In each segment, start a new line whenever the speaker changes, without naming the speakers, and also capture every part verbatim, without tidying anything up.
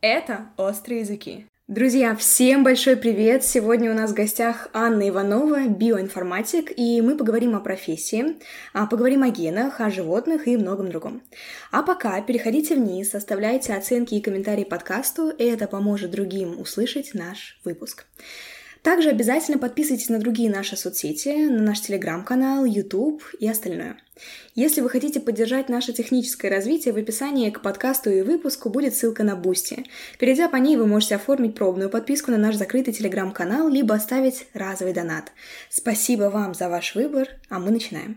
Это «Острые языки». Друзья, всем большой привет! Сегодня у нас в гостях Анна Иванова, биоинформатик, и мы поговорим о профессии, поговорим о генах, о животных и многом другом. А пока переходите вниз, оставляйте оценки и комментарии подкасту, и это поможет другим услышать наш выпуск. Также обязательно подписывайтесь на другие наши соцсети, на наш телеграм-канал, YouTube и остальное. Если вы хотите поддержать наше техническое развитие, в описании к подкасту и выпуску будет ссылка на Boosty. Перейдя по ней, вы можете оформить пробную подписку на наш закрытый телеграм-канал, либо оставить разовый донат. Спасибо вам за ваш выбор, а мы начинаем.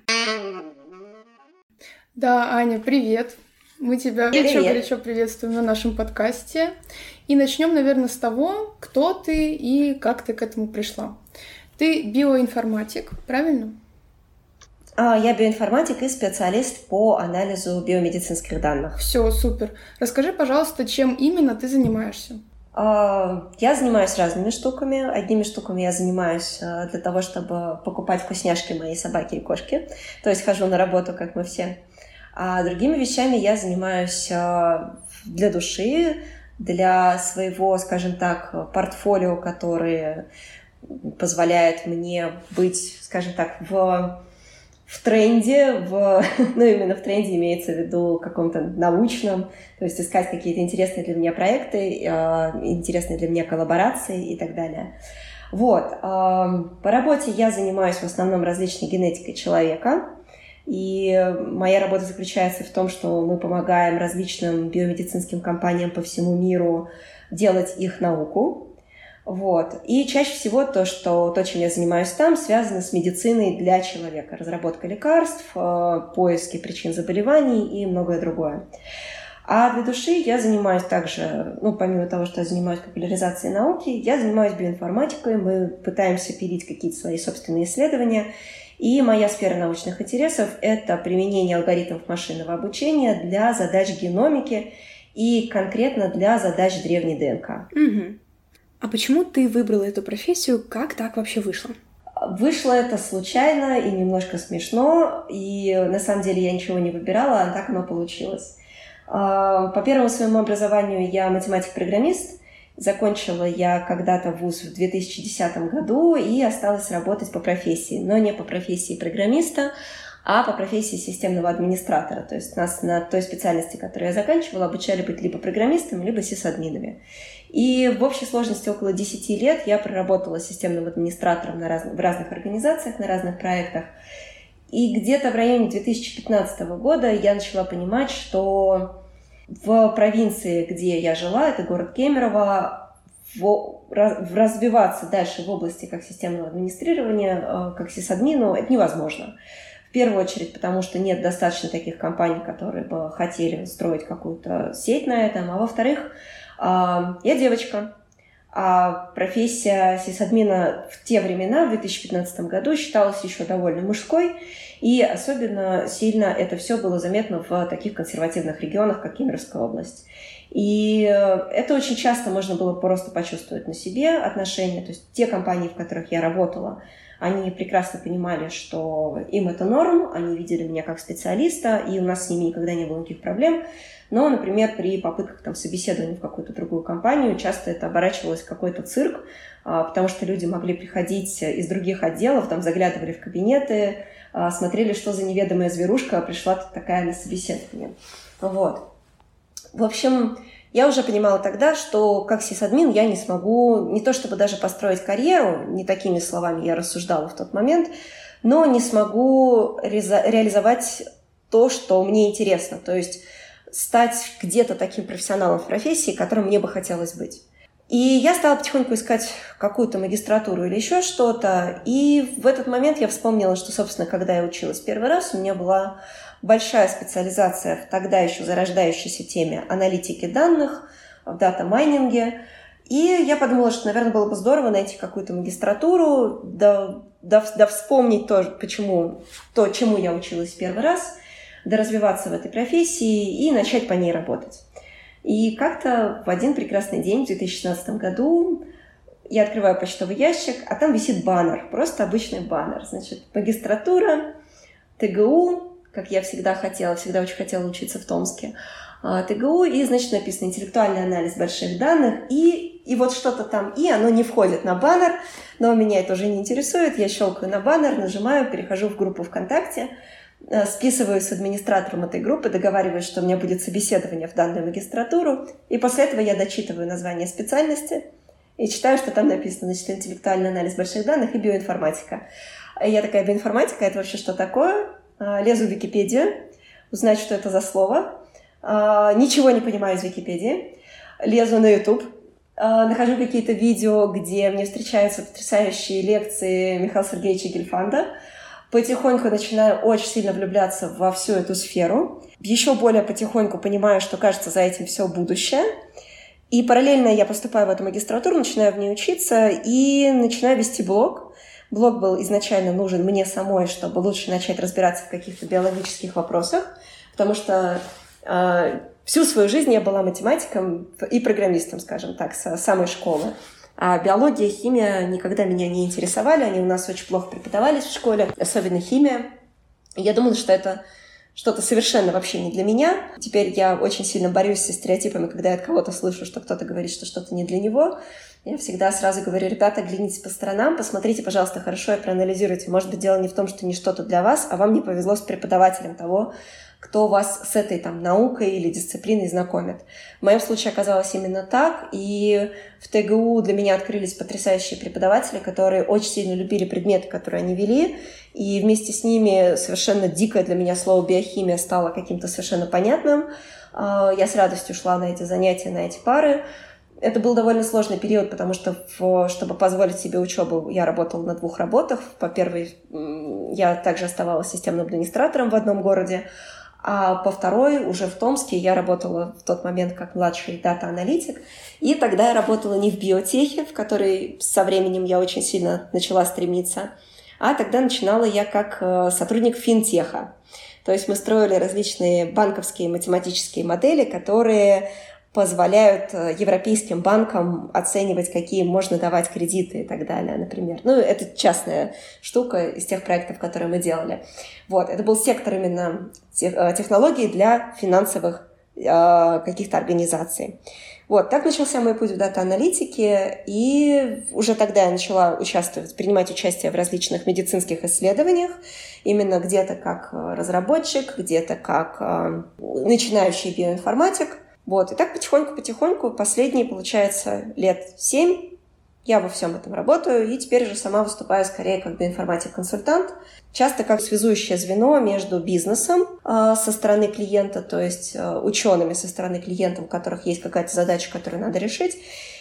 Да, Аня, привет! Мы тебя горячо-горячо приветствуем на нашем подкасте. И начнем, наверное, с того, кто ты и как ты к этому пришла. Ты биоинформатик, правильно?
Я биоинформатик и специалист по анализу биомедицинских данных.
Все, супер. Расскажи, пожалуйста, чем именно ты занимаешься?
Я занимаюсь разными штуками. Одними штуками я занимаюсь для того, чтобы покупать вкусняшки моей собаки и кошки. То есть хожу на работу, как мы все. А другими вещами я занимаюсь для души, для своего, скажем так, портфолио, которое позволяет мне быть, скажем так, в, в тренде, в, ну именно в тренде имеется в виду каком-то научном, то есть искать какие-то интересные для меня проекты, интересные для меня коллаборации и так далее. Вот. По работе я занимаюсь в основном различной генетикой человека. И моя работа заключается в том, что мы помогаем различным биомедицинским компаниям по всему миру делать их науку. Вот. И чаще всего то, что, то, чем я занимаюсь там, связано с медициной для человека. Разработка лекарств, поиски причин заболеваний и многое другое. А для души я занимаюсь также, ну, помимо того, что я занимаюсь популяризацией науки, я занимаюсь биоинформатикой, мы пытаемся пилить какие-то свои собственные исследования. И моя сфера научных интересов – это применение алгоритмов машинного обучения для задач геномики и конкретно для задач древней ДНК.
Угу. А почему ты выбрала эту профессию? Как так вообще вышло?
Вышло это случайно и немножко смешно, и на самом деле я ничего не выбирала, а так оно получилось. По первому своему образованию я математик-программист. Закончила я когда-то вуз в две тысячи десятом году и осталась работать по профессии, но не по профессии программиста, а по профессии системного администратора. То есть нас на той специальности, которую я заканчивала, обучали быть либо программистами, либо сисадминами. И в общей сложности около десяти лет я проработала системным администратором на раз... в разных организациях, на разных проектах. И где-то в районе две тысячи пятнадцатого года я начала понимать, что в провинции, где я жила, это город Кемерово, в, в развиваться дальше в области как системного администрирования, как сисадмину, это невозможно. В первую очередь, потому что нет достаточно таких компаний, которые бы хотели строить какую-то сеть на этом. А во-вторых, я девочка, а профессия сисадмина в те времена, в две тысячи пятнадцатом году, считалась еще довольно мужской. И особенно сильно это все было заметно в таких консервативных регионах, как Кемеровская область. И это очень часто можно было просто почувствовать на себе отношения. То есть те компании, в которых я работала, они прекрасно понимали, что им это норм, они видели меня как специалиста, и у нас с ними никогда не было никаких проблем. Но, например, при попытках там, собеседования в какую-то другую компанию часто это оборачивалось в какой-то цирк, потому что люди могли приходить из других отделов, там заглядывали в кабинеты, смотрели, что за неведомая зверушка пришла тут такая на собеседование. Вот. В общем, я уже понимала тогда, что как сисадмин я не смогу, не то чтобы даже построить карьеру, не такими словами я рассуждала в тот момент, но не смогу ре- реализовать то, что мне интересно. То есть стать где-то таким профессионалом в профессии, которым мне бы хотелось быть. И я стала потихоньку искать какую-то магистратуру или еще что-то. И в этот момент я вспомнила, что, собственно, когда я училась первый раз, у меня была большая специализация в тогда еще зарождающейся теме аналитики данных, в дата-майнинге. И я подумала, что, наверное, было бы здорово найти какую-то магистратуру, да, да, да вспомнить то, почему, то, чему я училась первый раз, да развиваться в этой профессии и начать по ней работать. И как-то в один прекрасный день, в две тысячи шестнадцатом году, я открываю почтовый ящик, а там висит баннер, просто обычный баннер. Значит, магистратура, ТГУ, как я всегда хотела, всегда очень хотела учиться в Томске. ТГУ, и, значит, написано «Интеллектуальный анализ больших данных», и, и вот что-то там «и», оно не входит на баннер, но меня это уже не интересует, я щелкаю на баннер, нажимаю, перехожу в группу ВКонтакте, списываюсь с администратором этой группы, договариваюсь, что у меня будет собеседование в данную магистратуру, и после этого я дочитываю название специальности и читаю, что там написано, значит, «Интеллектуальный анализ больших данных» и «Биоинформатика». И я такая: биоинформатика — это вообще что такое? Лезу в Википедию, узнать, что это за слово. Ничего не понимаю из Википедии. Лезу на YouTube, нахожу какие-то видео, где мне встречаются потрясающие лекции Михаила Сергеевича Гельфанда. Потихоньку начинаю очень сильно влюбляться во всю эту сферу. Еще более потихоньку понимаю, что, кажется, за этим все будущее. И параллельно я поступаю в эту магистратуру, начинаю в ней учиться и начинаю вести блог. Блог был изначально нужен мне самой, чтобы лучше начать разбираться в каких-то биологических вопросах, потому что э, всю свою жизнь я была математиком и программистом, скажем так, с самой школы. А биология, химия никогда меня не интересовали, они у нас очень плохо преподавались в школе, особенно химия. И я думала, что это что-то совершенно вообще не для меня. Теперь я очень сильно борюсь со стереотипами, когда я от кого-то слышу, что кто-то говорит, что что-то не для него. Я всегда сразу говорю: ребята, оглянитесь по сторонам, посмотрите, пожалуйста, хорошо и проанализируйте. Может быть, дело не в том, что не что-то для вас, а вам не повезло с преподавателем того, кто вас с этой там наукой или дисциплиной знакомит. В моем случае оказалось именно так, и в ТГУ для меня открылись потрясающие преподаватели, которые очень сильно любили предметы, которые они вели, и вместе с ними совершенно дикое для меня слово «биохимия» стало каким-то совершенно понятным. Я с радостью шла на эти занятия, на эти пары. Это был довольно сложный период, потому что, чтобы позволить себе учебу, я работала на двух работах. По первой, я также оставалась системным администратором в одном городе, а по второй, уже в Томске, я работала в тот момент как младший дата-аналитик. И тогда я работала не в биотехе, в которой со временем я очень сильно начала стремиться, а тогда начинала я как сотрудник финтеха. То есть мы строили различные банковские математические модели, которые позволяют европейским банкам оценивать, какие можно давать кредиты и так далее, например. Ну, это частная штука из тех проектов, которые мы делали. Вот, это был сектор именно технологий для финансовых э, каких-то организаций. Вот, так начался мой путь в дата-аналитике, и уже тогда я начала участвовать, принимать участие в различных медицинских исследованиях, именно где-то как разработчик, где-то как э, начинающий биоинформатик. Вот, и так потихоньку-потихоньку, последние, получается, лет семь я во всем этом работаю, и теперь уже сама выступаю скорее как биоинформатик-консультант, часто как связующее звено между бизнесом э, со стороны клиента, то есть э, учеными со стороны клиента, у которых есть какая-то задача, которую надо решить,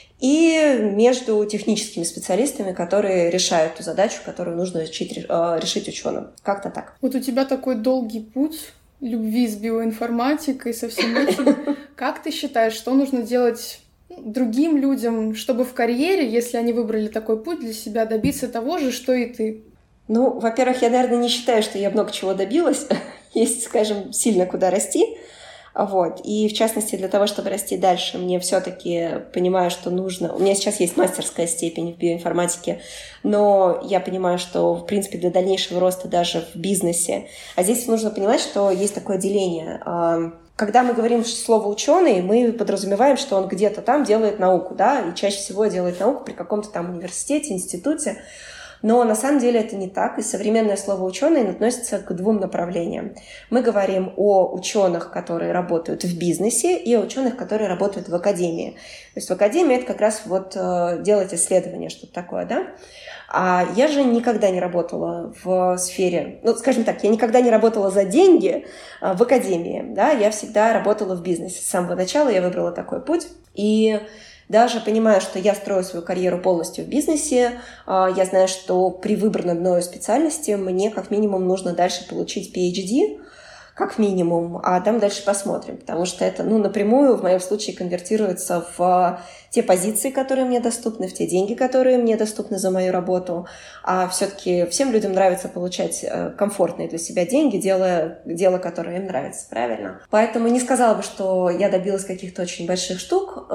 и между техническими специалистами, которые решают ту задачу, которую нужно решить, э, решить ученым. Как-то так.
Вот у тебя такой долгий путь любви с биоинформатикой, со всем этим. Как ты считаешь, что нужно делать другим людям, чтобы в карьере, если они выбрали такой путь для себя, добиться того же, что и ты?
Ну, во-первых, я, наверное, не считаю, что я много чего добилась. Есть, скажем, сильно куда расти. Вот. И, в частности, для того, чтобы расти дальше, мне все-таки понимаю, что нужно... У меня сейчас есть мастерская степень в биоинформатике, но я понимаю, что, в принципе, для дальнейшего роста даже в бизнесе... А здесь нужно понимать, что есть такое деление. Когда мы говорим слово «ученый», мы подразумеваем, что он где-то там делает науку, да, и чаще всего делает науку при каком-то там университете, институте. Но на самом деле это не так, и современное слово «ученый» относится к двум направлениям. Мы говорим о ученых, которые работают в бизнесе, и о ученых, которые работают в академии. То есть в академии это как раз вот делать исследования, что-то такое, да? А я же никогда не работала в сфере, ну, скажем так, я никогда не работала за деньги в академии, да, я всегда работала в бизнесе. С самого начала я выбрала такой путь, и даже понимая, что я строю свою карьеру полностью в бизнесе, я знаю, что при выбранной мною специальности мне как минимум нужно дальше получить пи эйч ди, как минимум, а там дальше посмотрим, потому что это, ну, напрямую в моем случае конвертируется в те позиции, которые мне доступны, в те деньги, которые мне доступны за мою работу, а все-таки всем людям нравится получать комфортные для себя деньги, делая дело, которое им нравится, правильно? Поэтому не сказала бы, что я добилась каких-то очень больших штук,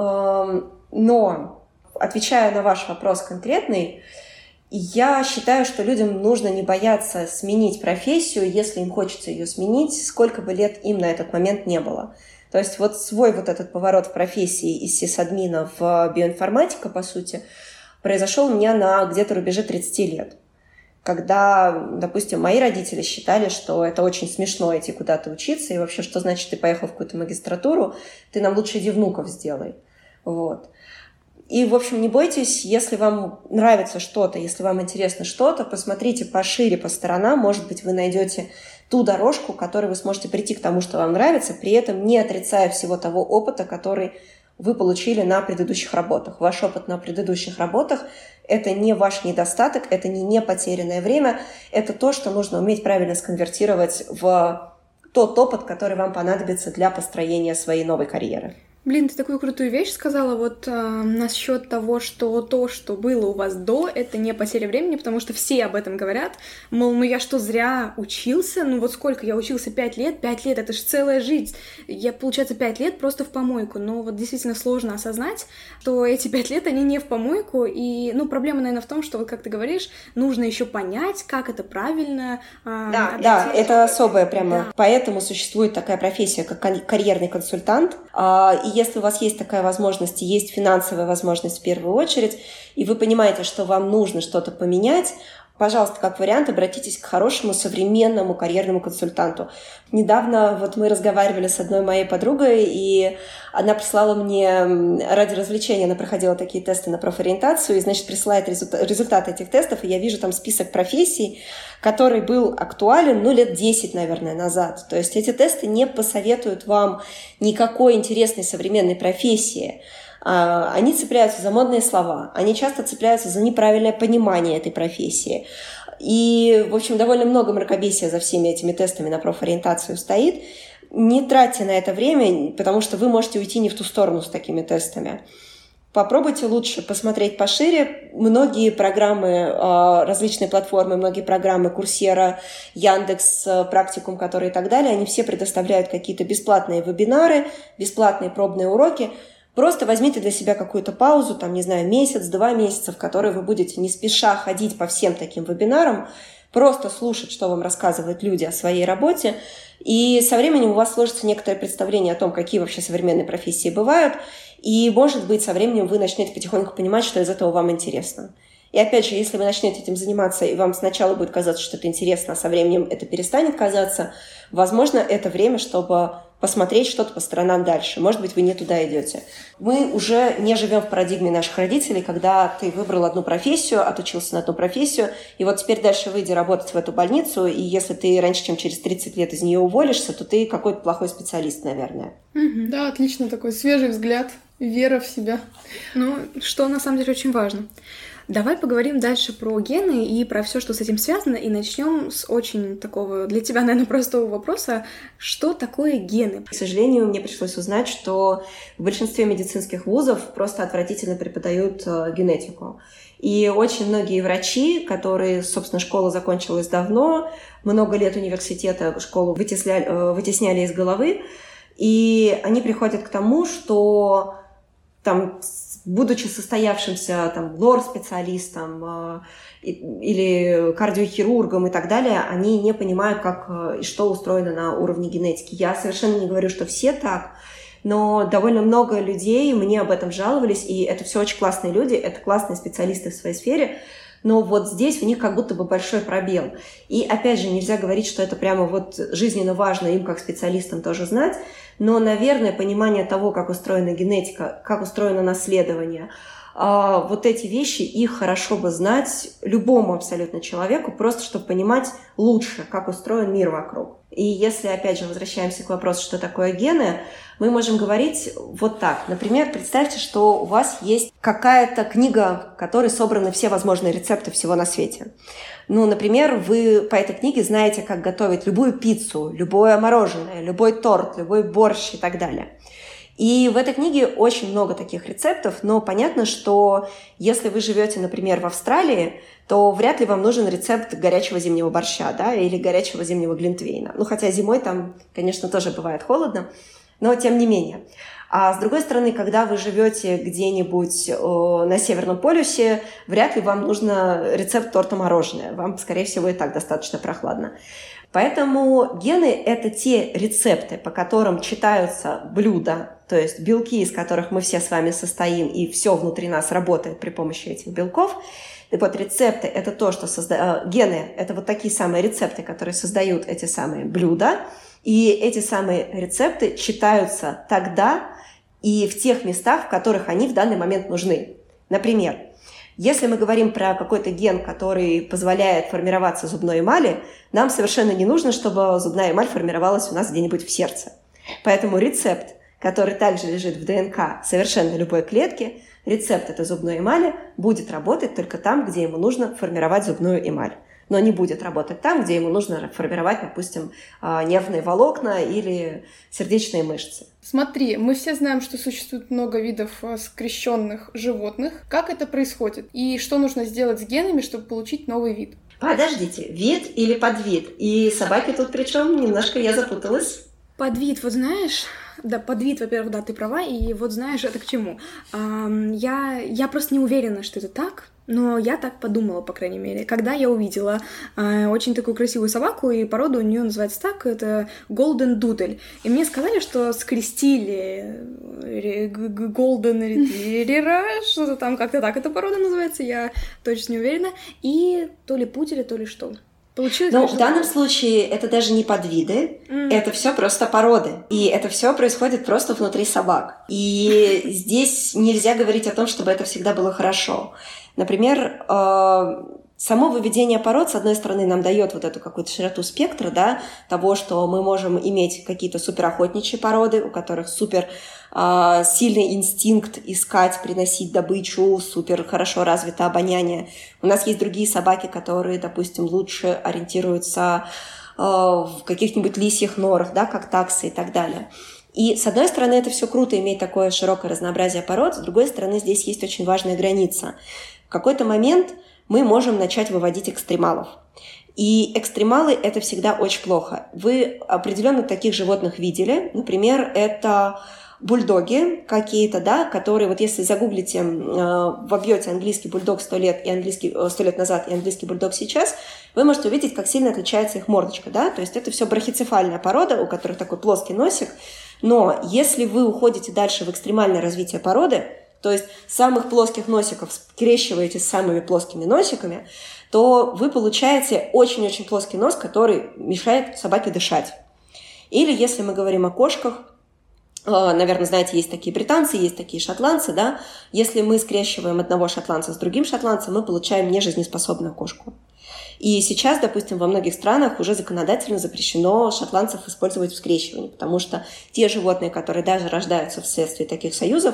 но, отвечая на ваш вопрос конкретный, я считаю, что людям нужно не бояться сменить профессию, если им хочется ее сменить, сколько бы лет им на этот момент не было. То есть вот свой вот этот поворот в профессии из сисадмина в биоинформатика, по сути, произошел у меня на где-то рубеже тридцать лет. Когда, допустим, мои родители считали, что это очень смешно идти куда-то учиться, и вообще, что значит, ты поехал в какую-то магистратуру, ты нам лучше иди внуков сделай. Вот. И, в общем, не бойтесь, если вам нравится что-то, если вам интересно что-то, посмотрите пошире по сторонам, может быть, вы найдете ту дорожку, которой вы сможете прийти к тому, что вам нравится, при этом не отрицая всего того опыта, который вы получили на предыдущих работах. Ваш опыт на предыдущих работах – это не ваш недостаток, это не непотерянное время, это то, что нужно уметь правильно сконвертировать в тот опыт, который вам понадобится для построения своей новой карьеры.
Блин, ты такую крутую вещь сказала вот э, насчет того, что то, что было у вас до, это не потеря времени, потому что все об этом говорят, мол, ну я что, зря учился? Ну вот сколько я учился? Пять лет? Пять лет, это же целая жизнь. Я, получается, пять лет просто в помойку, но вот действительно сложно осознать, что эти пять лет, они не в помойку, и, ну, проблема, наверное, в том, что, вот как ты говоришь, нужно еще понять, как это правильно. Э,
да, да, это особое прямо, да. Поэтому существует такая профессия, как карьерный консультант, и если у вас есть такая возможность, есть финансовая возможность в первую очередь, и вы понимаете, что вам нужно что-то поменять, пожалуйста, как вариант, обратитесь к хорошему современному карьерному консультанту. Недавно вот мы разговаривали с одной моей подругой, и она прислала мне ради развлечения, она проходила такие тесты на профориентацию, и, значит, присылает результат, результаты этих тестов, и я вижу там список профессий, который был актуален, ну, лет десять, наверное, назад. То есть эти тесты не посоветуют вам никакой интересной современной профессии. Они цепляются за модные слова, они часто цепляются за неправильное понимание этой профессии. И, в общем, довольно много мракобесия за всеми этими тестами на профориентацию стоит. Не тратьте на это время, потому что вы можете уйти не в ту сторону с такими тестами. Попробуйте лучше посмотреть пошире. Многие программы, различные платформы, многие программы Курсера, Яндекс, Практикум, которые и так далее, они все предоставляют какие-то бесплатные вебинары, бесплатные пробные уроки. Просто возьмите для себя какую-то паузу, там, не знаю, месяц, два месяца, в которые вы будете не спеша ходить по всем таким вебинарам, просто слушать, что вам рассказывают люди о своей работе, и со временем у вас сложится некоторое представление о том, какие вообще современные профессии бывают, и, может быть, со временем вы начнете потихоньку понимать, что из этого вам интересно. И опять же, если вы начнете этим заниматься, и вам сначала будет казаться, что это интересно, а со временем это перестанет казаться, возможно, это время, чтобы посмотреть что-то по сторонам дальше. Может быть, вы не туда идете. Мы уже не живем в парадигме наших родителей, когда ты выбрал одну профессию, отучился на одну профессию, и вот теперь дальше выйди работать в эту больницу, и если ты раньше, чем через тридцать лет из нее уволишься, то ты какой-то плохой специалист, наверное.
Mm-hmm. Да, отлично, такой свежий взгляд, вера в себя.
Ну, что на самом деле очень важно. Давай поговорим дальше про гены и про все, что с этим связано, и начнем с очень такого для тебя, наверное, простого вопроса. Что такое гены?
К сожалению, мне пришлось узнать, что в большинстве медицинских вузов просто отвратительно преподают генетику. И очень многие врачи, которые, собственно, школа закончилась давно, много лет университета школу вытесняли, вытесняли из головы, и они приходят к тому, что там, будучи состоявшимся там, лор-специалистом э, или кардиохирургом и так далее, они не понимают, как и что устроено на уровне генетики. Я совершенно не говорю, что все так, но довольно много людей мне об этом жаловались, и это все очень классные люди, это классные специалисты в своей сфере, но вот здесь у них как будто бы большой пробел. И опять же, нельзя говорить, что это прямо вот жизненно важно им как специалистам тоже знать, но, наверное, понимание того, как устроена генетика, как устроено наследование, вот эти вещи, их хорошо бы знать любому абсолютно человеку, просто чтобы понимать лучше, как устроен мир вокруг. И если, опять же, возвращаемся к вопросу, что такое гены, мы можем говорить вот так. Например, представьте, что у вас есть какая-то книга, в которой собраны все возможные рецепты всего на свете. Ну, например, вы по этой книге знаете, как готовить любую пиццу, любое мороженое, любой торт, любой борщ и так далее. И в этой книге очень много таких рецептов, но понятно, что если вы живете, например, в Австралии, то вряд ли вам нужен рецепт горячего зимнего борща, да, или горячего зимнего глинтвейна. Ну, хотя зимой там, конечно, тоже бывает холодно. но тем не менее. А с другой стороны, когда вы живете где-нибудь э, на Северном полюсе, вряд ли вам нужно рецепт торта-мороженое. Вам, скорее всего, и так достаточно прохладно. Поэтому гены – это те рецепты, по которым читаются блюда, то есть белки, из которых мы все с вами состоим, и все внутри нас работает при помощи этих белков. Так вот, рецепты – это то, что созда... гены – это вот такие самые рецепты, которые создают эти самые блюда, и эти самые рецепты читаются тогда и в тех местах, в которых они в данный момент нужны. Например, если мы говорим про какой-то ген, который позволяет формироваться зубной эмали, нам совершенно не нужно, чтобы зубная эмаль формировалась у нас где-нибудь в сердце. Поэтому рецепт, который также лежит в ДНК совершенно любой клетки, рецепт этой зубной эмали будет работать только там, где ему нужно формировать зубную эмаль. Но не будет работать там, где ему нужно формировать, допустим, нервные волокна или сердечные мышцы.
Смотри, мы все знаем, что существует много видов скрещенных животных. Как это происходит? И что нужно сделать с генами, чтобы получить новый вид?
Подождите, вид или подвид? И собаки тут причем немножко я запуталась.
Подвид, вот знаешь... Да, подвид, во-первых, да, ты права, и вот знаешь, это к чему. Я, я просто не уверена, что это так, но я так подумала, по крайней мере. Когда я увидела э, очень такую красивую собаку, и порода у нее называется так, это Golden Doodle. И мне сказали, что скрестили Golden Retriever, что-то там как-то так эта порода называется, я точно не уверена, и то ли пуделя, то ли что. Получилось,
Но в данном случае это даже не подвиды, mm. это все просто породы. И это все происходит просто внутри собак. И здесь нельзя говорить о том, чтобы это всегда было хорошо. Например, э, само выведение пород, с одной стороны, нам дает вот эту какую-то широту спектра, да, того, что мы можем иметь какие-то суперохотничьи породы, у которых супер э, сильный инстинкт искать, приносить добычу, супер хорошо развито обоняние. У нас есть другие собаки, которые, допустим, лучше ориентируются э, в каких-нибудь лисьих норах, да, как таксы и так далее. И, с одной стороны, это все круто, иметь такое широкое разнообразие пород, с другой стороны, здесь есть очень важная граница. В какой-то момент мы можем начать выводить экстремалов. И экстремалы – это всегда очень плохо. Вы определенно таких животных видели. Например, это бульдоги какие-то, да, которые, вот если загуглите, вобьете английский бульдог сто лет, и английский, сто лет назад и английский бульдог сейчас, вы можете увидеть, как сильно отличается их мордочка, да, то есть это все брахицефальная порода, у которых такой плоский носик. Но если вы уходите дальше в экстремальное развитие породы, то есть самых плоских носиков скрещиваете с самыми плоскими носиками, то вы получаете очень-очень плоский нос, который мешает собаке дышать. Или если мы говорим о кошках, наверное, знаете, есть такие британцы, есть такие шотландцы, да, если мы скрещиваем одного шотландца с другим шотландцем, мы получаем нежизнеспособную кошку. И сейчас, допустим, во многих странах уже законодательно запрещено шотландцев использовать в скрещивании, потому что те животные, которые даже рождаются вследствие таких союзов,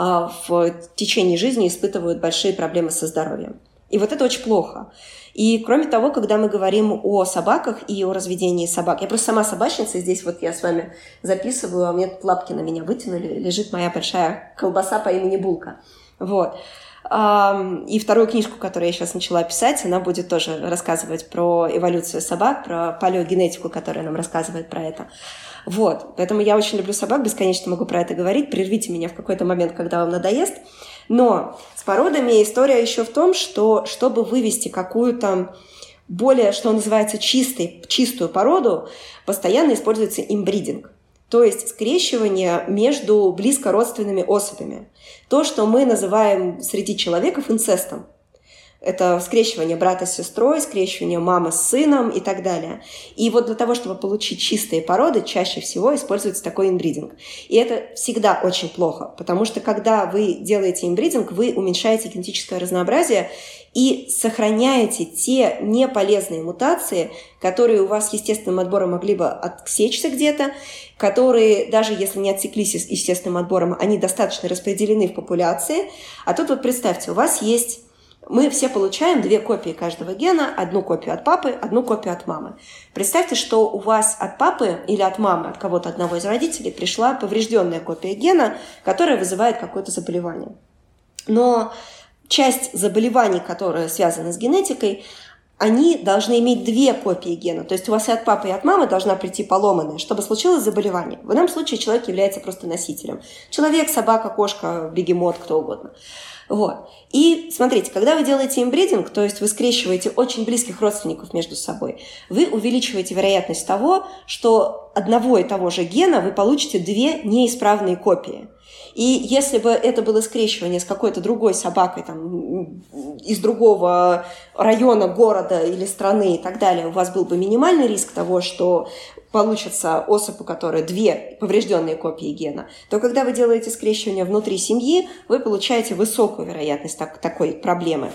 в течение жизни испытывают большие проблемы со здоровьем. И вот это очень плохо. И кроме того, когда мы говорим о собаках и о разведении собак, я просто сама собачница, здесь вот я с вами записываю, а у меня тут лапки на меня вытянули, лежит моя большая колбаса по имени Булка. Вот. И вторую книжку, которую я сейчас начала писать, она будет тоже рассказывать про эволюцию собак, про палеогенетику, которая нам рассказывает про это. Вот. Поэтому я очень люблю собак, бесконечно могу про это говорить. Прервите меня в какой-то момент, когда вам надоест. Но с породами история еще в том, что чтобы вывести какую-то более, что называется, чистой, чистую породу, постоянно используется имбридинг. То есть скрещивание между близко родственными особями. То, что мы называем среди человеков инцестом. Это скрещивание брата с сестрой, скрещивание мамы с сыном и так далее. И вот для того, чтобы получить чистые породы, чаще всего используется такой инбридинг. И это всегда очень плохо, потому что когда вы делаете инбридинг, вы уменьшаете генетическое разнообразие и сохраняете те неполезные мутации, которые у вас естественным отбором могли бы отсечься где-то, которые, даже если не отсеклись естественным отбором, они достаточно распределены в популяции. А тут вот представьте, у вас есть... Мы все получаем две копии каждого гена, одну копию от папы, одну копию от мамы. Представьте, что у вас от папы или от мамы, от кого-то одного из родителей, пришла поврежденная копия гена, которая вызывает какое-то заболевание. Но часть заболеваний, которые связаны с генетикой, они должны иметь две копии гена. То есть у вас и от папы, и от мамы должна прийти поломанная, чтобы случилось заболевание. В данном случае человек является просто носителем. Человек, собака, кошка, бегемот, кто угодно. Вот. И смотрите, когда вы делаете имбридинг, то есть вы скрещиваете очень близких родственников между собой, вы увеличиваете вероятность того, что одного и того же гена вы получите две неисправные копии. И если бы это было скрещивание с какой-то другой собакой там, из другого района, города или страны и так далее, у вас был бы минимальный риск того, что получится особь, у которой две поврежденные копии гена, то когда вы делаете скрещивание внутри семьи, вы получаете высокую вероятность так, такой проблемы.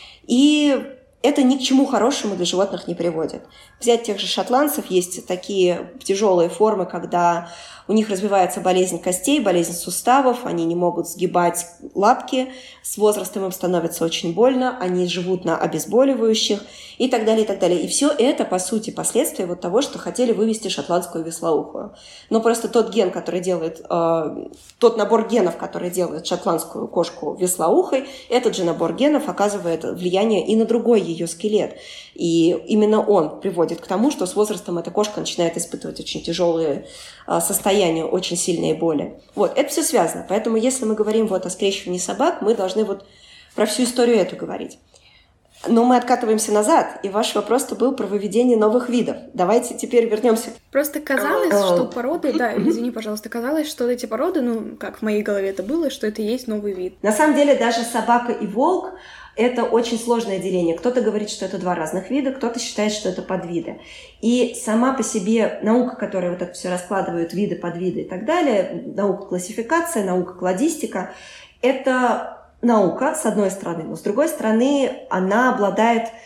И это ни к чему хорошему для животных не приводит. Взять тех же шотландцев, есть такие тяжелые формы, когда у них развивается болезнь костей, болезнь суставов, они не могут сгибать лапки, с возрастом им становится очень больно, они живут на обезболивающих и так далее, и так далее. И все это, по сути, последствия вот того, что хотели вывести шотландскую вислоухую. Но просто тот ген, который делает, э, тот набор генов, который делает шотландскую кошку вислоухой, этот же набор генов оказывает влияние и на другой ее скелет. И именно он приводит к тому, что с возрастом эта кошка начинает испытывать очень тяжелые э, состояния, очень сильные боли. Вот, это все связано. Поэтому, если мы говорим вот о скрещивании собак, мы должны вот про всю историю эту говорить. Но мы откатываемся назад, и ваш вопрос-то был про выведение новых видов. Давайте теперь вернемся.
Просто казалось, что породы, да, извини, пожалуйста, казалось, что эти породы, ну, как в моей голове это было, что это и есть новый вид.
На самом деле даже собака и волк – это очень сложное деление. Кто-то говорит, что это два разных вида, кто-то считает, что это подвиды. И сама по себе наука, которая вот это все раскладывает, виды, подвиды и так далее, наука классификация, наука кладистика – это наука, с одной стороны, но с другой стороны она обладает э,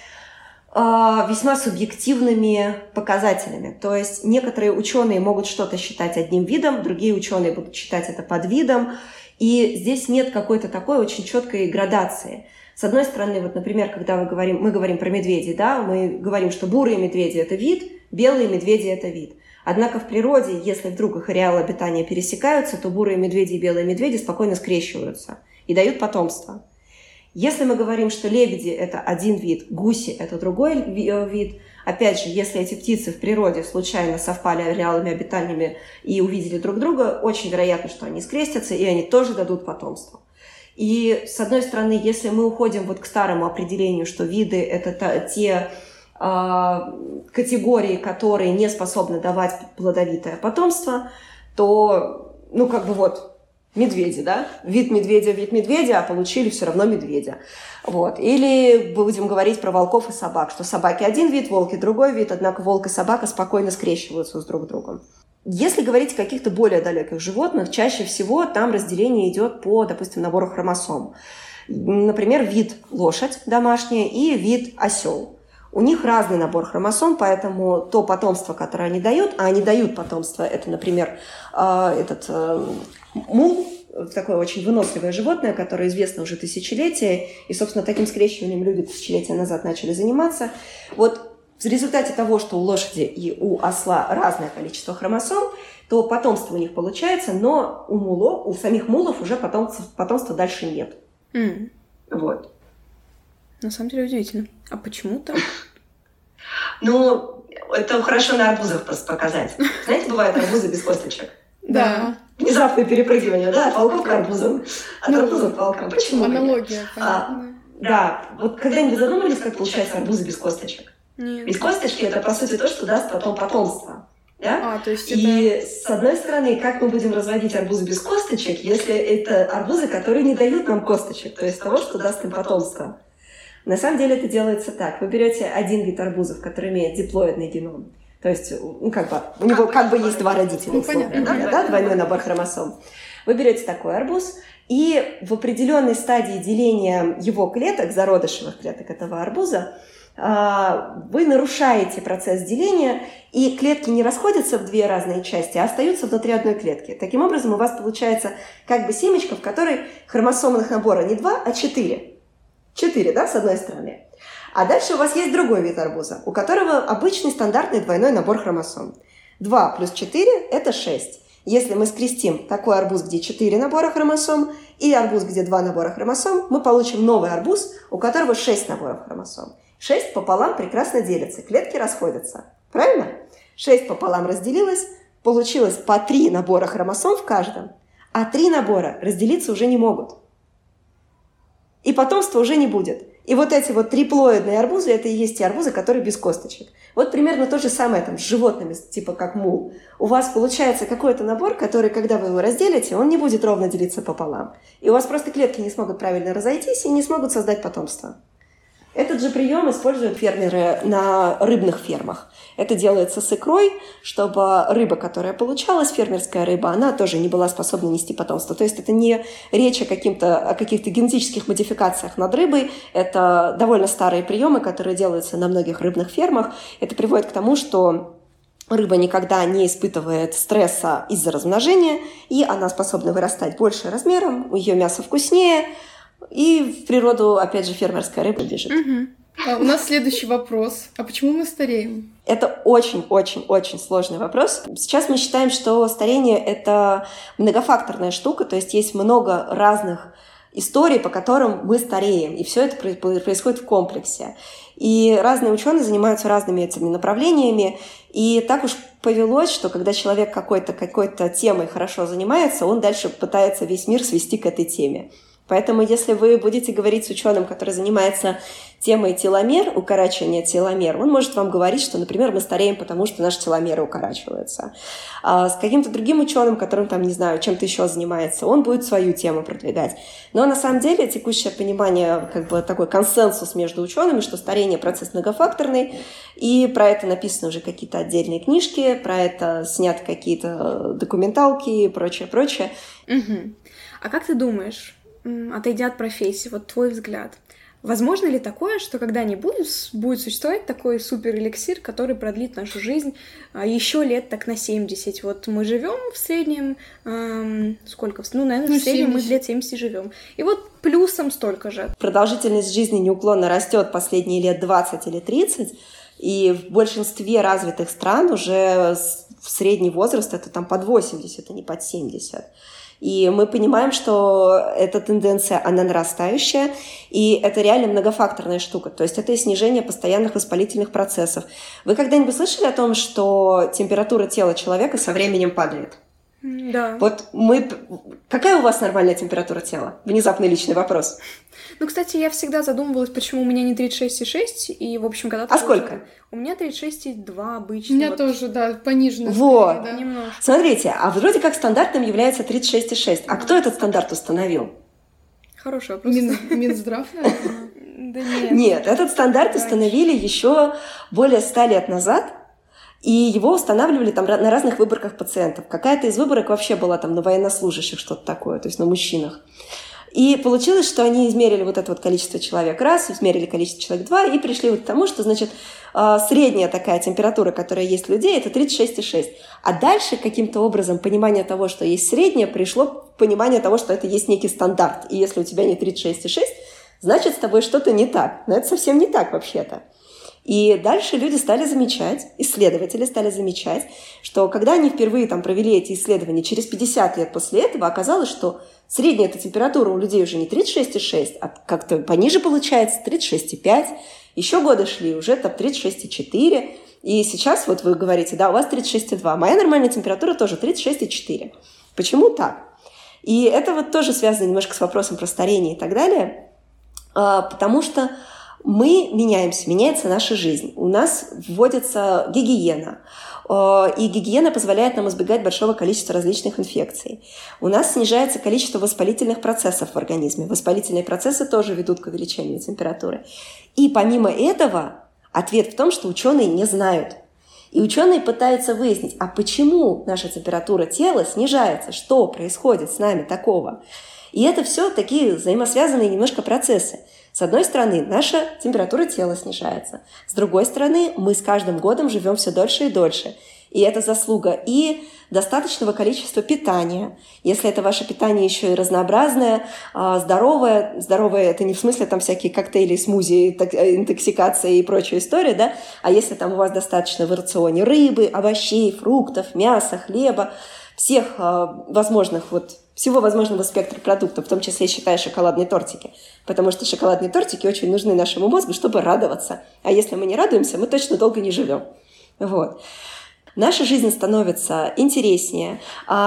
весьма субъективными показателями. То есть некоторые ученые могут что-то считать одним видом, другие ученые будут считать это подвидом, и здесь нет какой-то такой очень четкой градации. С одной стороны, вот, например, когда мы говорим, мы говорим про медведей, да, мы говорим, что бурые медведи – это вид, белые медведи – это вид. Однако в природе, если вдруг их ареалы обитания пересекаются, то бурые медведи и белые медведи спокойно скрещиваются и дают потомство. Если мы говорим, что лебеди – это один вид, гуси – это другой вид, опять же, если эти птицы в природе случайно совпали ареалами обитаниями и увидели друг друга, очень вероятно, что они скрестятся, и они тоже дадут потомство. И, с одной стороны, если мы уходим вот к старому определению, что виды – это та, те э, категории, которые не способны давать плодовитое потомство, то, ну, как бы вот, медведи, да? Вид медведя, вид медведя, а получили все равно медведя. Вот. Или будем говорить про волков и собак, что собаки один вид, волки другой вид, однако волк и собака спокойно скрещиваются с друг другом. Если говорить о каких-то более далеких животных, чаще всего там разделение идет по, допустим, набору хромосом. Например, вид лошадь домашняя и вид осел. У них разный набор хромосом, поэтому то потомство, которое они дают, а они дают потомство, это, например, этот мул, такое очень выносливое животное, которое известно уже тысячелетия, и, собственно, таким скрещиванием люди тысячелетия назад начали заниматься. Вот в результате того, что у лошади и у осла разное количество хромосом, то потомство у них получается, но у мулов, у самих мулов уже потомства, потомства дальше нет.
Mm.
Вот.
На самом деле удивительно. А почему так?
Ну, это хорошо на арбузах просто показать. Знаете, бывают арбузы без косточек?
Да.
Внезапное перепрыгивание, да, от волков к арбузам, от арбуза к волкам. Почему?
Аналогия, понятно.
А, да, вот когда-нибудь задумывались, как получается арбузы без косточек?
Нет.
Без косточки это, по сути, то, что даст потом потомство. Да?
А, то есть
и
это...
с одной стороны, как мы будем разводить арбузы без косточек, если это арбузы, которые не дают нам косточек, то есть того, что даст им потомство? На самом деле это делается так. Вы берете один вид арбузов, который имеет диплоидный геном, то есть, ну, как бы, у него как бы есть два родителя,
ну,
условно,
понятно,
да, да, двойной набор хромосом. Вы берете такой арбуз, и в определенной стадии деления его клеток, зародышевых клеток этого арбуза, вы нарушаете процесс деления, и клетки не расходятся в две разные части, а остаются внутри одной клетки. Таким образом, у вас получается как бы семечко, в которой хромосомных набора не два, а четыре. Четыре, да, с одной стороны. А дальше у вас есть другой вид арбуза, у которого обычный стандартный двойной набор хромосом. два плюс четыре – это шесть. Если мы скрестим такой арбуз, где четыре набора хромосом, и арбуз, где два набора хромосом, мы получим новый арбуз, у которого шесть наборов хромосом. шесть пополам прекрасно делится, клетки расходятся. Правильно? шесть пополам разделилось, получилось по три набора хромосом в каждом, а три набора разделиться уже не могут. И потомства уже не будет. И вот эти вот триплоидные арбузы, это и есть те арбузы, которые без косточек. Вот примерно то же самое там с животными, типа как мул. У вас получается какой-то набор, который, когда вы его разделите, он не будет ровно делиться пополам. И у вас просто клетки не смогут правильно разойтись и не смогут создать потомство. Этот же прием используют фермеры на рыбных фермах. Это делается с икрой, чтобы рыба, которая получалась, фермерская рыба, она тоже не была способна нести потомство. То есть это не речь о, каким-то, о каких-то генетических модификациях над рыбой. Это довольно старые приемы, которые делаются на многих рыбных фермах. Это приводит к тому, что рыба никогда не испытывает стресса из-за размножения, и она способна вырастать больше размером, ее мясо вкуснее, и в природу, опять же, фермерская рыба бежит.
Угу. А у нас следующий вопрос. А почему мы стареем?
Это очень-очень-очень сложный вопрос. Сейчас мы считаем, что старение – это многофакторная штука, то есть есть много разных историй, по которым мы стареем, и все это происходит в комплексе. И разные ученые занимаются разными этими направлениями, и так уж повелось, что когда человек какой-то, какой-то темой хорошо занимается, он дальше пытается весь мир свести к этой теме. Поэтому если вы будете говорить с ученым, который занимается темой теломер, укорачивания теломер, он может вам говорить, что, например, мы стареем, потому что наши теломеры укорачиваются. А с каким-то другим ученым, которым, там, не знаю, чем-то еще занимается, он будет свою тему продвигать. Но на самом деле текущее понимание, как бы такой консенсус между учеными, что старение – процесс многофакторный, и про это написаны уже какие-то отдельные книжки, про это сняты какие-то документалки и прочее, прочее.
Угу. А как ты думаешь, отойдя от профессии, вот твой взгляд, возможно ли такое, что когда-нибудь будет существовать такой супер-эликсир, который продлит нашу жизнь еще лет так на семьдесят? Вот мы живем в среднем, эм, сколько? Ну, наверное, ну, в среднем семьдесят. Мы лет семьдесят живем. И вот плюсом столько же.
Продолжительность жизни неуклонно растет последние лет двадцать или тридцать, и в большинстве развитых стран уже средний возраст это там под восемьдесят, а не под семьдесят. И мы понимаем, что эта тенденция, она нарастающая, и это реально многофакторная штука. То есть это и снижение постоянных воспалительных процессов. Вы когда-нибудь слышали о том, что температура тела человека со временем падает?
Да.
Вот мы... Какая у вас нормальная температура тела? Внезапный личный вопрос.
Ну, кстати, я всегда задумывалась, почему у меня не тридцать шесть и шесть, и, в общем, когда...
А сколько?
У меня тридцать шесть и два обычно.
У меня
вот.
тоже, да, пониженная.
Вот.
Скорее, да.
Немножко.
Смотрите, а вроде как стандартным является тридцать шесть и шесть. А кто этот стандарт установил?
Хороший вопрос.
Мин, Минздрав, наверное?
Да нет.
Нет, этот стандарт установили еще более ста лет назад, и его устанавливали там на разных выборках пациентов. Какая-то из выборок вообще была там на военнослужащих, что-то такое, то есть на мужчинах. И получилось, что они измерили вот это вот количество человек раз, измерили количество человек два, и пришли вот к тому, что, значит, средняя такая температура, которая есть у людей, это тридцать шесть и шесть. А дальше каким-то образом понимание того, что есть среднее, пришло к пониманию того, что это есть некий стандарт. И если у тебя не тридцать шесть и шесть, значит, с тобой что-то не так. Но это совсем не так вообще-то. И дальше люди стали замечать, исследователи стали замечать, что когда они впервые там провели эти исследования, через пятьдесят лет после этого оказалось, что средняя эта температура у людей уже не тридцать шесть и шесть, а как-то пониже получается, тридцать шесть и пять. Еще годы шли, уже там тридцать шесть и четыре. И сейчас вот вы говорите, да, у вас тридцать шесть и два. Моя нормальная температура тоже тридцать шесть и четыре. Почему так? И это вот тоже связано немножко с вопросом про старение и так далее, потому что мы меняемся, меняется наша жизнь. У нас вводится гигиена, и гигиена позволяет нам избегать большого количества различных инфекций. У нас снижается количество воспалительных процессов в организме. Воспалительные процессы тоже ведут к увеличению температуры. И помимо этого, ответ в том, что ученые не знают. И ученые пытаются выяснить, а почему наша температура тела снижается, что происходит с нами такого. И это все такие взаимосвязанные немножко процессы. С одной стороны, наша температура тела снижается. С другой стороны, мы с каждым годом живем все дольше и дольше. и это заслуга, и достаточного количества питания. Если это ваше питание еще и разнообразное, здоровое, здоровое это не в смысле там всякие коктейли, смузи, интоксикация и прочая история, да, а если там у вас достаточно в рационе рыбы, овощей, фруктов, мяса, хлеба, всех возможных вот всего возможного спектра продуктов, в том числе считая шоколадные тортики, потому что шоколадные тортики очень нужны нашему мозгу, чтобы радоваться, а если мы не радуемся, мы точно долго не живем. Вот. Наша жизнь становится интереснее,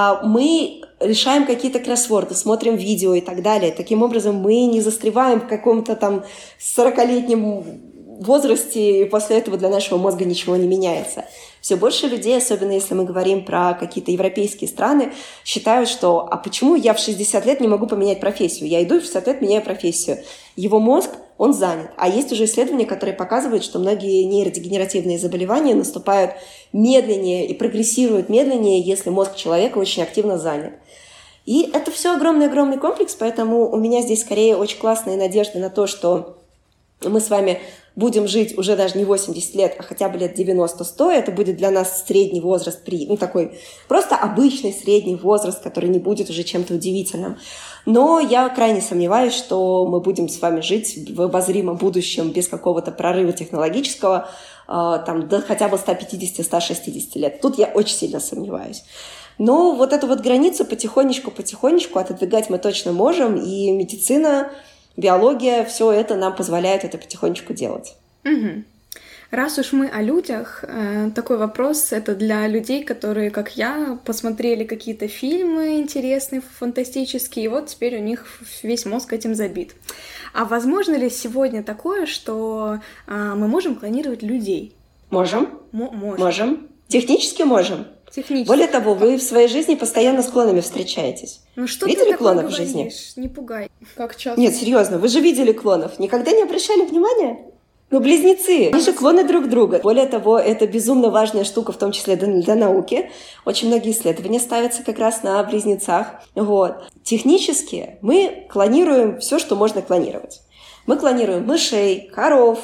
мы решаем какие-то кроссворды, смотрим видео и так далее. Таким образом, мы не застреваем в каком-то там сорокалетнем возрасте, и после этого для нашего мозга ничего не меняется. Все больше людей, особенно если мы говорим про какие-то европейские страны, считают, что «а почему я в шестьдесят лет не могу поменять профессию? Я иду и в шестьдесят лет меняю профессию». Его мозг, он занят. А есть уже исследования, которые показывают, что многие нейродегенеративные заболевания наступают медленнее и прогрессируют медленнее, если мозг человека очень активно занят. И это все огромный-огромный комплекс, поэтому у меня здесь скорее очень классные надежды на то, что мы с вами будем жить уже даже не восемьдесят лет, а хотя бы лет девяносто-сто. Это будет для нас средний возраст, при, ну такой просто обычный средний возраст, который не будет уже чем-то удивительным. Но я крайне сомневаюсь, что мы будем с вами жить в обозримом будущем без какого-то прорыва технологического, там, до хотя бы сто пятьдесят - сто шестьдесят лет. Тут я очень сильно сомневаюсь. Но вот эту вот границу потихонечку-потихонечку отодвигать мы точно можем, и медицина, биология, все это нам позволяет это потихонечку делать.
Угу. Раз уж мы о людях, э, такой вопрос это для людей, которые, как я, посмотрели какие-то фильмы интересные, фантастические, и вот теперь у них весь мозг этим забит. А возможно ли сегодня такое, что э, мы можем клонировать людей?
Можем.
М- можем.
Можем. Технически можем.
Технически.
Более того, вы в своей жизни постоянно с клонами встречаетесь.
Ну что
видели
ты
клонов
говоришь?
в жизни?
Не пугай.
Как часто?
Нет, серьезно, вы же видели клонов. Никогда не обращали внимания? Ну, близнецы, они же клоны друг друга. Более того, это безумно важная штука, в том числе для, для науки. Очень многие исследования ставятся как раз на близнецах. Вот. Технически мы клонируем все, что можно клонировать. Мы клонируем мышей, коров.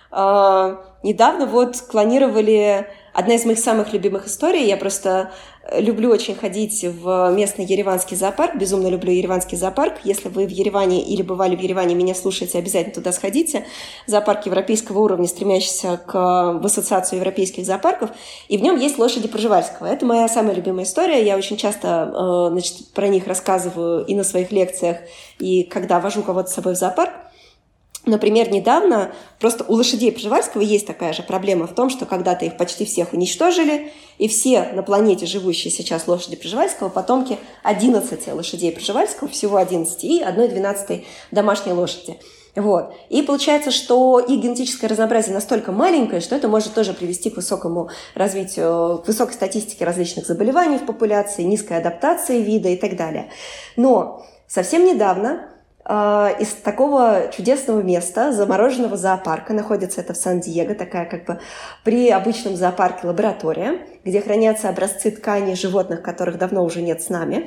Э, недавно вот клонировали... Одна из моих самых любимых историй, я просто люблю очень ходить в местный ереванский зоопарк, безумно люблю ереванский зоопарк. Если вы в Ереване или бывали в Ереване, меня слушаете, обязательно туда сходите. Зоопарк европейского уровня, стремящийся к, в ассоциацию европейских зоопарков, и в нем есть лошади Пржевальского. Это моя самая любимая история, я очень часто значит, про них рассказываю и на своих лекциях, и когда вожу кого-то с собой в зоопарк. Например, недавно просто у лошадей Пржевальского есть такая же проблема в том, что когда-то их почти всех уничтожили, и все на планете живущие сейчас лошади Пржевальского потомки одиннадцати лошадей Пржевальского, всего одиннадцати, и одной двенадцатой домашней лошади. Вот. И получается, что их генетическое разнообразие настолько маленькое, что это может тоже привести к высокому развитию, к высокой статистике различных заболеваний в популяции, низкой адаптации вида и так далее. Но совсем недавно из такого чудесного места, замороженного зоопарка, находится это в Сан-Диего, такая как бы при обычном зоопарке лаборатория, где хранятся образцы тканей животных, которых давно уже нет с нами.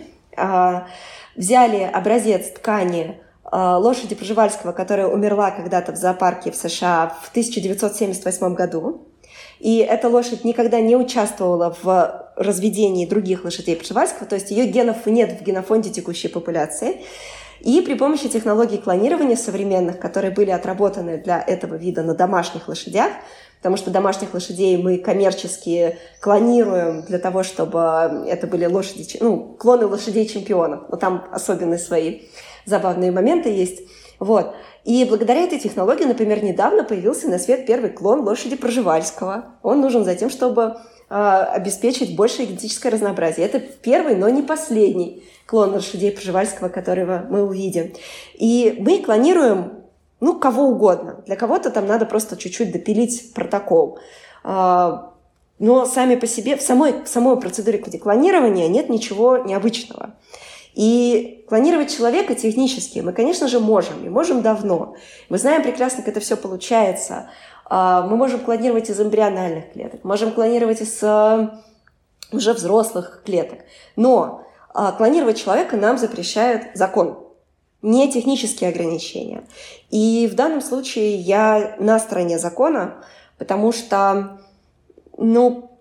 Взяли образец ткани лошади Пржевальского, которая умерла когда-то в зоопарке в США в тысяча девятьсот семьдесят восьмом году. И эта лошадь никогда не участвовала в разведении других лошадей Пржевальского, то есть ее генов нет в генофонде текущей популяции. И при помощи технологий клонирования современных, которые были отработаны для этого вида на домашних лошадях, потому что домашних лошадей мы коммерчески клонируем для того, чтобы это были лошади, ну, клоны лошадей-чемпионов. Но там особенные свои забавные моменты есть. Вот. И благодаря этой технологии, например, недавно появился на свет первый клон лошади Пржевальского. Он нужен за тем, чтобы э, обеспечить большее генетическое разнообразие. Это первый, но не последний клон лошадей Пржевальского, которого мы увидим. И мы клонируем, ну, кого угодно. Для кого-то там надо просто чуть-чуть допилить протокол. Но сами по себе, в самой, в самой процедуре клонирования нет ничего необычного. И клонировать человека технически мы, конечно же, можем. И можем давно. Мы знаем прекрасно, как это все получается. Мы можем клонировать из эмбриональных клеток, можем клонировать из уже взрослых клеток. Но клонировать человека нам запрещает закон, не технические ограничения. И в данном случае я на стороне закона, потому что, ну,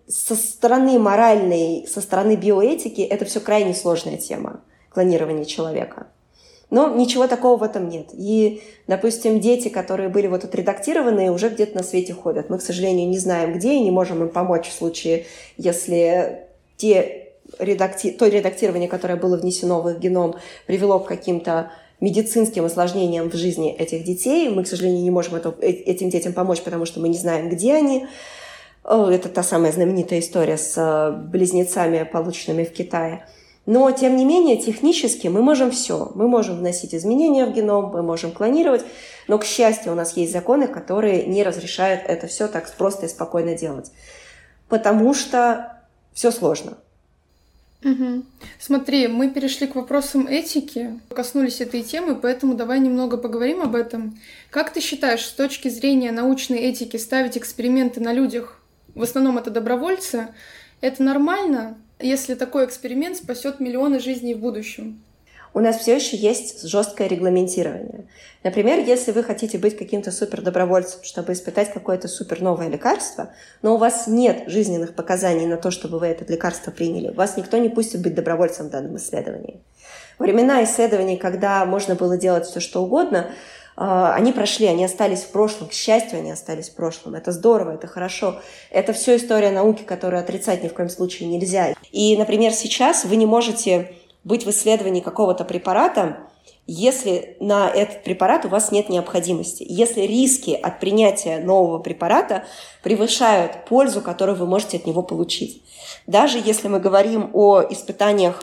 со стороны моральной, со стороны биоэтики это все крайне сложная тема, клонирование человека. Но ничего такого в этом нет. И, допустим, дети, которые были вот отредактированные, уже где-то на свете ходят. Мы, к сожалению, не знаем где и не можем им помочь в случае, если те редакти... то редактирование, которое было внесено в их геном, привело к каким-то медицинским осложнениям в жизни этих детей. Мы, к сожалению, не можем это, этим детям помочь, потому что мы не знаем, где они. Это та самая знаменитая история с близнецами, полученными в Китае. Но, тем не менее, технически мы можем все. Мы можем вносить изменения в геном, мы можем клонировать, но, к счастью, у нас есть законы, которые не разрешают это все так просто и спокойно делать. Потому что все сложно.
Угу. Смотри, мы перешли к вопросам этики, коснулись этой темы, поэтому давай немного поговорим об этом. Как ты считаешь, с точки зрения научной этики ставить эксперименты на людях, в основном это добровольцы, это нормально, если такой эксперимент спасет миллионы жизней в будущем?
У нас все еще есть жесткое регламентирование. Например, если вы хотите быть каким-то супердобровольцем, чтобы испытать какое-то суперновое лекарство, но у вас нет жизненных показаний на то, чтобы вы это лекарство приняли, вас никто не пустит быть добровольцем в данном исследовании. Во времена исследований, когда можно было делать все, что угодно, они прошли, они остались в прошлом. К счастью, они остались в прошлом. Это здорово, это хорошо. Это все история науки, которую отрицать ни в коем случае нельзя. И, например, сейчас вы не можете быть в исследовании какого-то препарата, если на этот препарат у вас нет необходимости. Если риски от принятия нового препарата превышают пользу, которую вы можете от него получить. Даже если мы говорим о испытаниях...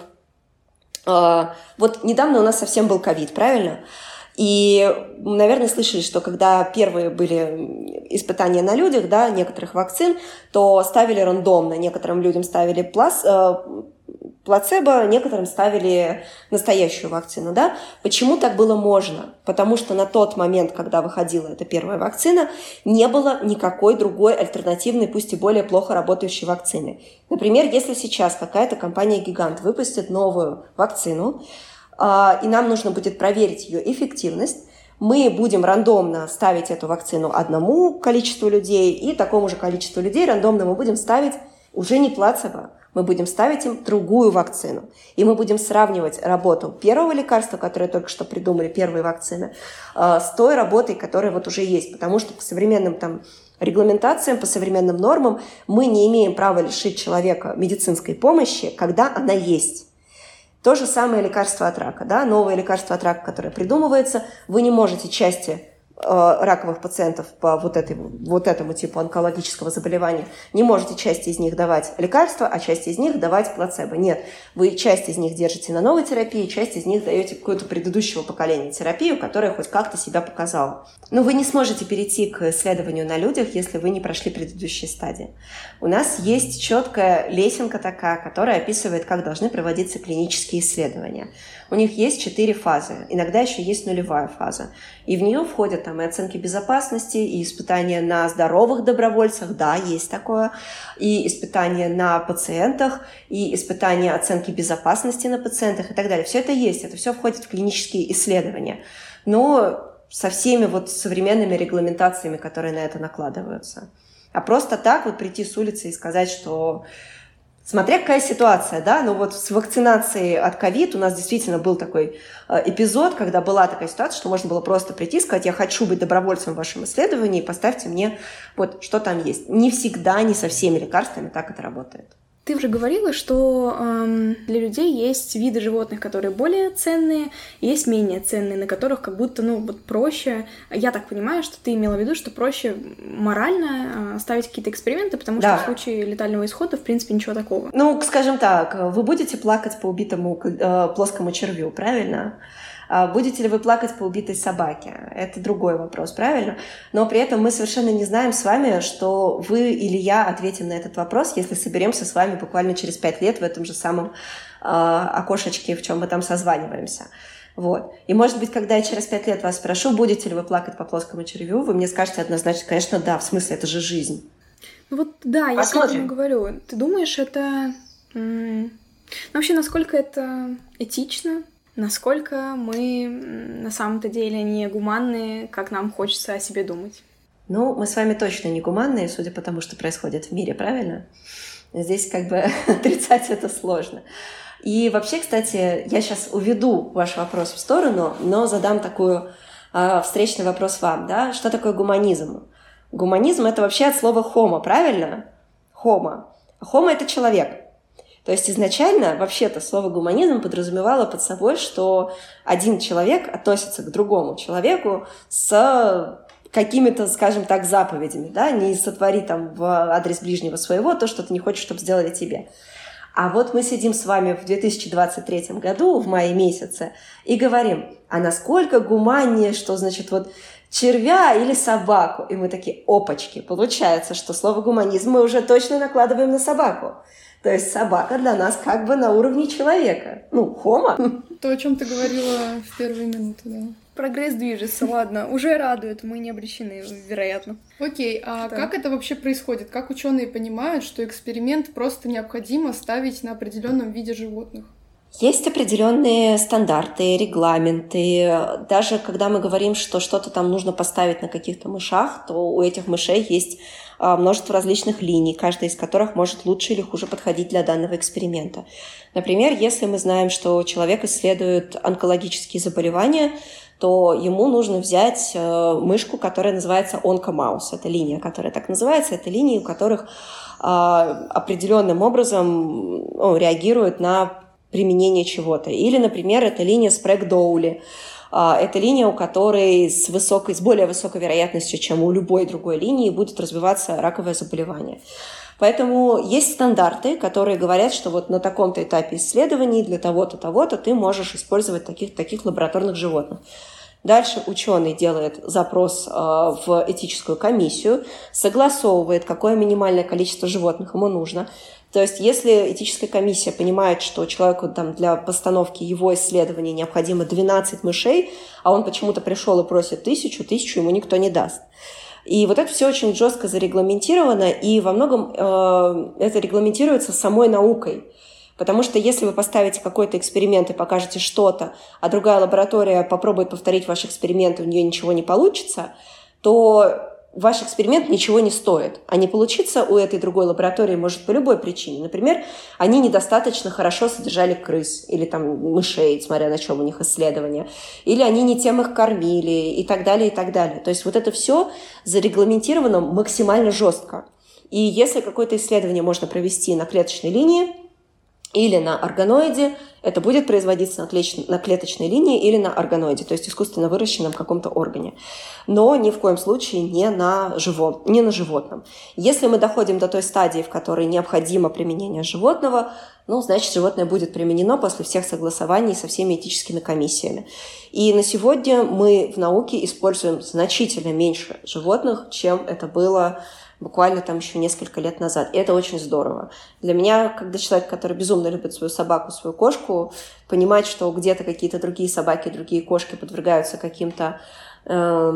Вот недавно у нас совсем был ковид, правильно? И, наверное, слышали, что когда первые были испытания на людях, да, некоторых вакцин, то ставили рандомно. Некоторым людям ставили плац, э, плацебо, некоторым ставили настоящую вакцину. Да? Почему так было можно? Потому что на тот момент, когда выходила эта первая вакцина, не было никакой другой альтернативной, пусть и более плохо работающей вакцины. Например, если сейчас какая-то компания-гигант выпустит новую вакцину, и нам нужно будет проверить ее эффективность, мы будем рандомно ставить эту вакцину одному количеству людей, и такому же количеству людей рандомно мы будем ставить уже не плацебо, мы будем ставить им другую вакцину. И мы будем сравнивать работу первого лекарства, которое только что придумали, первой вакцины, с той работой, которая вот уже есть. Потому что по современным там регламентациям, по современным нормам мы не имеем права лишить человека медицинской помощи, когда она есть. То же самое лекарство от рака, да, новое лекарство от рака, которое придумывается, вы не можете части э, раковых пациентов по вот, этой, вот этому типу онкологического заболевания, не можете части из них давать лекарства, а часть из них давать плацебо. Нет, вы часть из них держите на новой терапии, часть из них даете какую-то предыдущего поколения терапию, которая хоть как-то себя показала. Но вы не сможете перейти к исследованию на людях, если вы не прошли предыдущие стадии. У нас есть четкая лесенка такая, которая описывает, как должны проводиться клинические исследования. У них есть четыре фазы, иногда еще есть нулевая фаза. И в нее входят там и оценки безопасности, и испытания на здоровых добровольцах, да, есть такое, и испытания на пациентах, и испытания оценки безопасности на пациентах и так далее. Все это есть, это все входит в клинические исследования. Но со всеми вот современными регламентациями, которые на это накладываются. А просто так вот прийти с улицы и сказать, что смотря какая ситуация, да, но вот с вакцинацией от ковид у нас действительно был такой эпизод, когда была такая ситуация, что можно было просто прийти и сказать, я хочу быть добровольцем в вашем исследовании, поставьте мне вот что там есть. Не всегда, не со всеми лекарствами так это работает.
Ты уже говорила, что эм, для людей есть виды животных, которые более ценные, есть менее ценные, на которых как будто, ну, вот проще. Я так понимаю, что ты имела в виду, что проще морально э, ставить какие-то эксперименты, потому да. что в случае летального исхода, в принципе, ничего такого.
Ну, скажем так, вы будете плакать по убитому э, плоскому червю, правильно? Будете ли вы плакать по убитой собаке? Это другой вопрос, правильно? Но при этом мы совершенно не знаем с вами, что вы или я ответим на этот вопрос, если соберемся с вами буквально через пять лет в этом же самом э, окошечке, в чем мы там созваниваемся. Вот. И, может быть, когда я через пять лет вас спрошу, будете ли вы плакать по плоскому червю, вы мне скажете однозначно, конечно, да, в смысле, это же жизнь.
Ну вот, да, я к этому говорю. Ты думаешь, это... М- вообще, насколько это этично? Насколько мы на самом-то деле не гуманные, как нам хочется о себе думать?
Ну, мы с вами точно не гуманные, судя по тому, что происходит в мире, правильно? Здесь как бы отрицать это сложно. И вообще, кстати, я сейчас уведу ваш вопрос в сторону, но задам такой э, встречный вопрос вам. Да? Что такое гуманизм? Гуманизм – это вообще от слова «homo», правильно? «Homo». «Homo» – это человек. То есть изначально, вообще-то, слово «гуманизм» подразумевало под собой, что один человек относится к другому человеку с какими-то, скажем так, заповедями, да, не сотвори там в адрес ближнего своего то, что ты не хочешь, чтобы сделали тебе. А вот мы сидим с вами в две тысячи двадцать третьем году, в мае месяце, и говорим, а насколько гуманнее, что значит вот червя или собаку? И мы такие, опачки, получается, что слово «гуманизм» мы уже точно накладываем на собаку. То есть собака для нас как бы на уровне человека. Ну, homo.
То, о чем ты говорила в первые минуты, да.
Прогресс движется, ладно, уже радует, мы не обречены, вероятно.
Окей, а
да.
Как это вообще происходит? Как ученые понимают, что эксперимент просто необходимо ставить на определенном виде животных?
Есть определенные стандарты, регламенты. Даже когда мы говорим, что что-то там нужно поставить на каких-то мышах, то у этих мышей есть множество различных линий, каждая из которых может лучше или хуже подходить для данного эксперимента. Например, если мы знаем, что человек исследует онкологические заболевания, то ему нужно взять мышку, которая называется онкомаус. Это линия, которая так называется. Это линии, у которых определенным образом ну, реагируют на применение чего-то. Или, например, это линия Спрэг-Доули. Это линия, у которой с, высокой, с более высокой вероятностью, чем у любой другой линии, будет развиваться раковое заболевание. Поэтому есть стандарты, которые говорят, что вот на таком-то этапе исследований для того-то, того-то ты можешь использовать таких, таких лабораторных животных. Дальше ученый делает запрос э, в этическую комиссию, согласовывает, какое минимальное количество животных ему нужно. То есть, если этическая комиссия понимает, что человеку там, для постановки его исследования необходимо двенадцать мышей, а он почему-то пришел и просит тысячу, тысячу ему никто не даст. И вот это все очень жестко зарегламентировано, и во многом э, это регламентируется самой наукой. Потому что если вы поставите какой-то эксперимент и покажете что-то, а другая лаборатория попробует повторить ваш эксперимент, и у нее ничего не получится, то ваш эксперимент ничего не стоит. А не получиться у этой другой лаборатории может по любой причине. Например, они недостаточно хорошо содержали крыс или там мышей, смотря на чем у них исследования. Или они не тем их кормили и так далее, и так далее. То есть вот это все зарегламентировано максимально жестко. И если какое-то исследование можно провести на клеточной линии, или на органоиде, это будет производиться на, клеточ... на клеточной линии или на органоиде, то есть искусственно выращенном каком-то органе. Но ни в коем случае не на, живо... не на животном. Если мы доходим до той стадии, в которой необходимо применение животного, ну, значит, животное будет применено после всех согласований со всеми этическими комиссиями. И на сегодня мы в науке используем значительно меньше животных, чем это было буквально там еще несколько лет назад. И это очень здорово. Для меня, когда человек, который безумно любит свою собаку, свою кошку, понимать, что где-то какие-то другие собаки, другие кошки подвергаются каким-то э,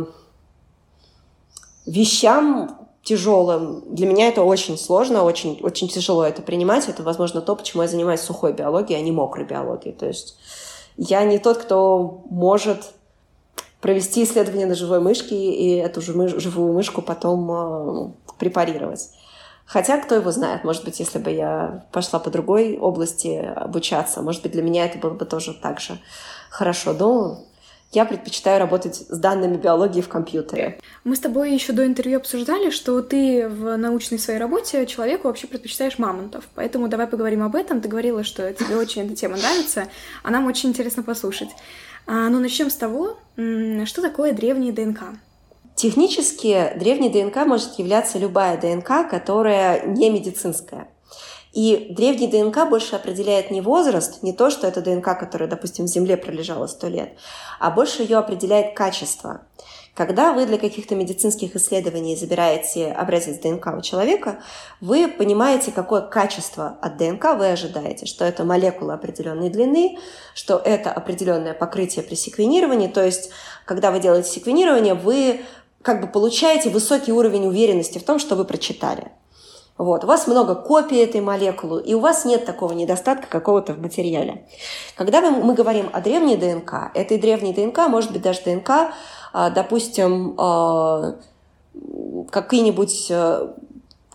вещам тяжелым, для меня это очень сложно, очень, очень тяжело это принимать. Это, возможно, то, почему я занимаюсь сухой биологией, а не мокрой биологией. То есть я не тот, кто может провести исследование на живой мышке и эту же мыш, живую мышку потом э, препарировать. Хотя, кто его знает, может быть, если бы я пошла по другой области обучаться, может быть, для меня это было бы тоже так же хорошо. Но я предпочитаю работать с данными биологии в компьютере.
Мы с тобой еще до интервью обсуждали, что ты в научной своей работе человеку вообще предпочитаешь мамонтов. Поэтому давай поговорим об этом. Ты говорила, что тебе очень эта тема нравится, а нам очень интересно послушать. А, ну, начнем с того, что такое древняя ДНК.
Технически древней ДНК может являться любая ДНК, которая не медицинская. И древний ДНК больше определяет не возраст, не то, что это ДНК, которая, допустим, в Земле пролежала сто лет, а больше ее определяет качество. Когда вы для каких-то медицинских исследований забираете образец ДНК у человека, вы понимаете, какое качество от ДНК вы ожидаете, что это молекулы определенной длины, что это определенное покрытие при секвенировании, то есть, когда вы делаете секвенирование, вы как бы получаете высокий уровень уверенности в том, что вы прочитали. Вот. У вас много копий этой молекулы, и у вас нет такого недостатка какого-то в материале. Когда мы говорим о древней ДНК, этой древней ДНК может быть даже ДНК, допустим, какие-нибудь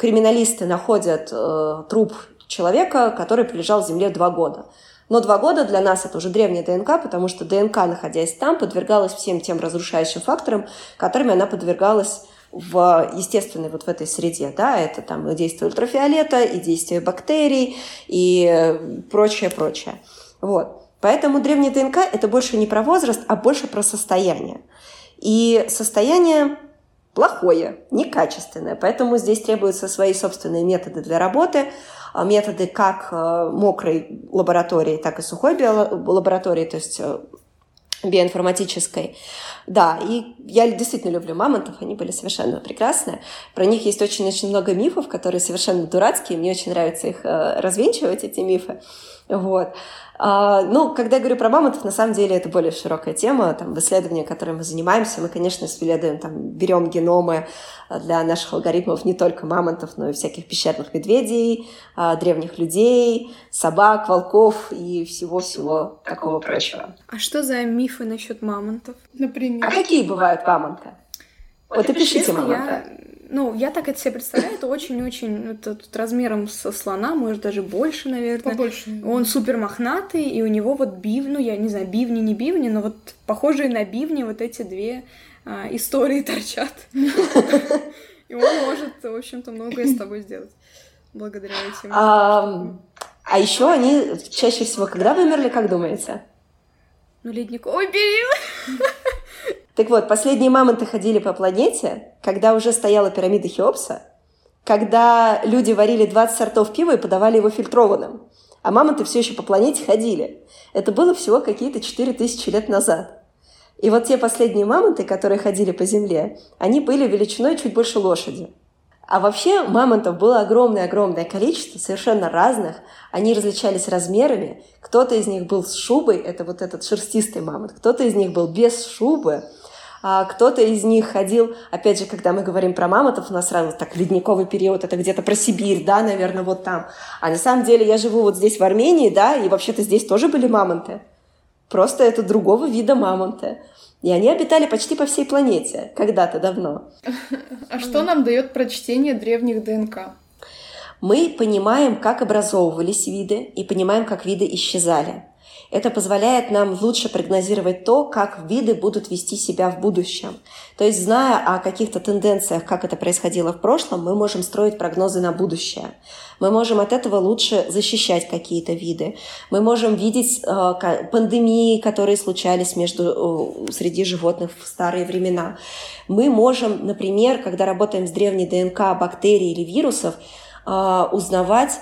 криминалисты находят э, труп человека, который пролежал в земле два года. Но два года для нас это уже древняя ДНК, потому что ДНК, находясь там, подвергалась всем тем разрушающим факторам, которыми она подвергалась в естественной вот в этой среде. Да? Это там и действие ультрафиолета, и действие бактерий, и прочее, прочее. Вот. Поэтому древняя ДНК – это больше не про возраст, а больше про состояние. И состояние плохое, некачественное. Поэтому здесь требуются свои собственные методы для работы, методы как мокрой лаборатории, так и сухой биолаборатории, то есть биоинформатической. Да, и я действительно люблю мамонтов, они были совершенно прекрасные. Про них есть очень-очень много мифов, которые совершенно дурацкие, мне очень нравится их развенчивать, эти мифы. Вот. А, ну, когда я говорю про мамонтов, на самом деле это более широкая тема. Там, в исследовании, которым мы занимаемся, мы, конечно, исследуем, там, берем геномы для наших алгоритмов не только мамонтов, но и всяких пещерных медведей, древних людей, собак, волков и всего-всего такого прочего.
А что за мифы насчет мамонтов?
Например?
А какие бывают мамонты? Вот опишите мамонта.
Я... Ну, я так это себе представляю, это очень-очень, это тут размером со слона, может, даже больше, наверное.
Побольше.
Он супер мохнатый, и у него вот бивни, ну, я не знаю, бивни, не бивни, но вот похожие на бивни вот эти две а, истории торчат. И он может, в общем-то, многое с тобой сделать благодаря этим.
А еще они чаще всего когда вымерли, как думаете?
Ну, ледниковый период.
Так вот, последние мамонты ходили по планете, когда уже стояла пирамида Хеопса, когда люди варили двадцать сортов пива и подавали его фильтрованным, а мамонты все еще по планете ходили. Это было всего какие-то четыре тысячи лет назад. И вот те последние мамонты, которые ходили по Земле, они были величиной чуть больше лошади. А вообще мамонтов было огромное-огромное количество, совершенно разных. Они различались размерами. Кто-то из них был с шубой, это вот этот шерстистый мамонт. Кто-то из них был без шубы. А кто-то из них ходил, опять же, когда мы говорим про мамонтов, у нас сразу так ледниковый период, это где-то про Сибирь, да, наверное, вот там. А на самом деле я живу вот здесь в Армении, да, и вообще-то здесь тоже были мамонты. Просто это другого вида мамонты. И они обитали почти по всей планете, когда-то давно.
А что нам дает прочтение древних ДНК?
Мы понимаем, как образовывались виды, и понимаем, как виды исчезали. Это позволяет нам лучше прогнозировать то, как виды будут вести себя в будущем. То есть, зная о каких-то тенденциях, как это происходило в прошлом, мы можем строить прогнозы на будущее. Мы можем от этого лучше защищать какие-то виды. Мы можем видеть э, пандемии, которые случались между, э, среди животных в старые времена. Мы можем, например, когда работаем с древней ДНК бактерий или вирусов, э, узнавать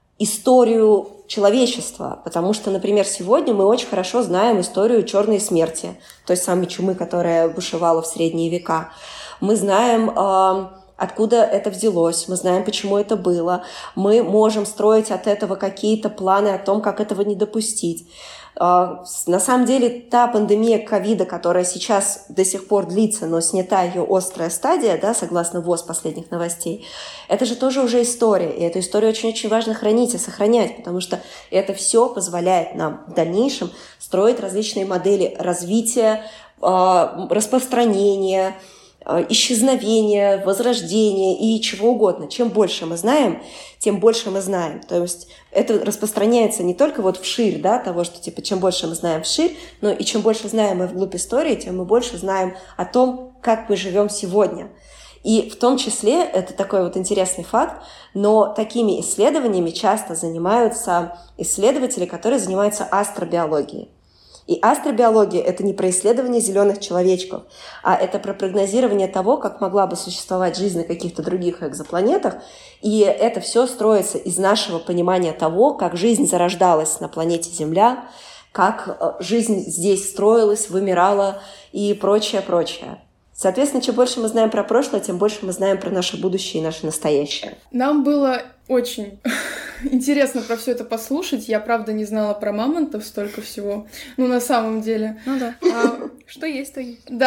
историю человечества, потому что, например, сегодня мы очень хорошо знаем историю черной смерти, той самой чумы, которая бушевала в средние века. Мы знаем, э, откуда это взялось, мы знаем, почему это было. Мы можем строить от этого какие-то планы о том, как этого не допустить. Э, на самом деле, та пандемия ковида, которая сейчас до сих пор длится, но снята ее острая стадия, да, согласно ВОЗ последних новостей, это же тоже уже история. И эту историю очень-очень важно хранить и сохранять, потому что это все позволяет нам в дальнейшем строить различные модели развития, э, распространения, исчезновения, возрождения и чего угодно. Чем больше мы знаем, тем больше мы знаем. То есть это распространяется не только вот вширь, да, того, что типа чем больше мы знаем вширь, но и чем больше знаем мы вглубь истории, тем мы больше знаем о том, как мы живем сегодня. И в том числе, это такой вот интересный факт, но такими исследованиями часто занимаются исследователи, которые занимаются астробиологией. И астробиология – это не про исследование зеленых человечков, а это про прогнозирование того, как могла бы существовать жизнь на каких-то других экзопланетах. И это все строится из нашего понимания того, как жизнь зарождалась на планете Земля, как жизнь здесь строилась, вымирала и прочее, прочее. Соответственно, чем больше мы знаем про прошлое, тем больше мы знаем про наше будущее и наше настоящее.
Нам было очень интересно про все это послушать. Я, правда, не знала про мамонтов столько всего. Ну, на самом деле.
Ну да. А что есть, то есть.
Да.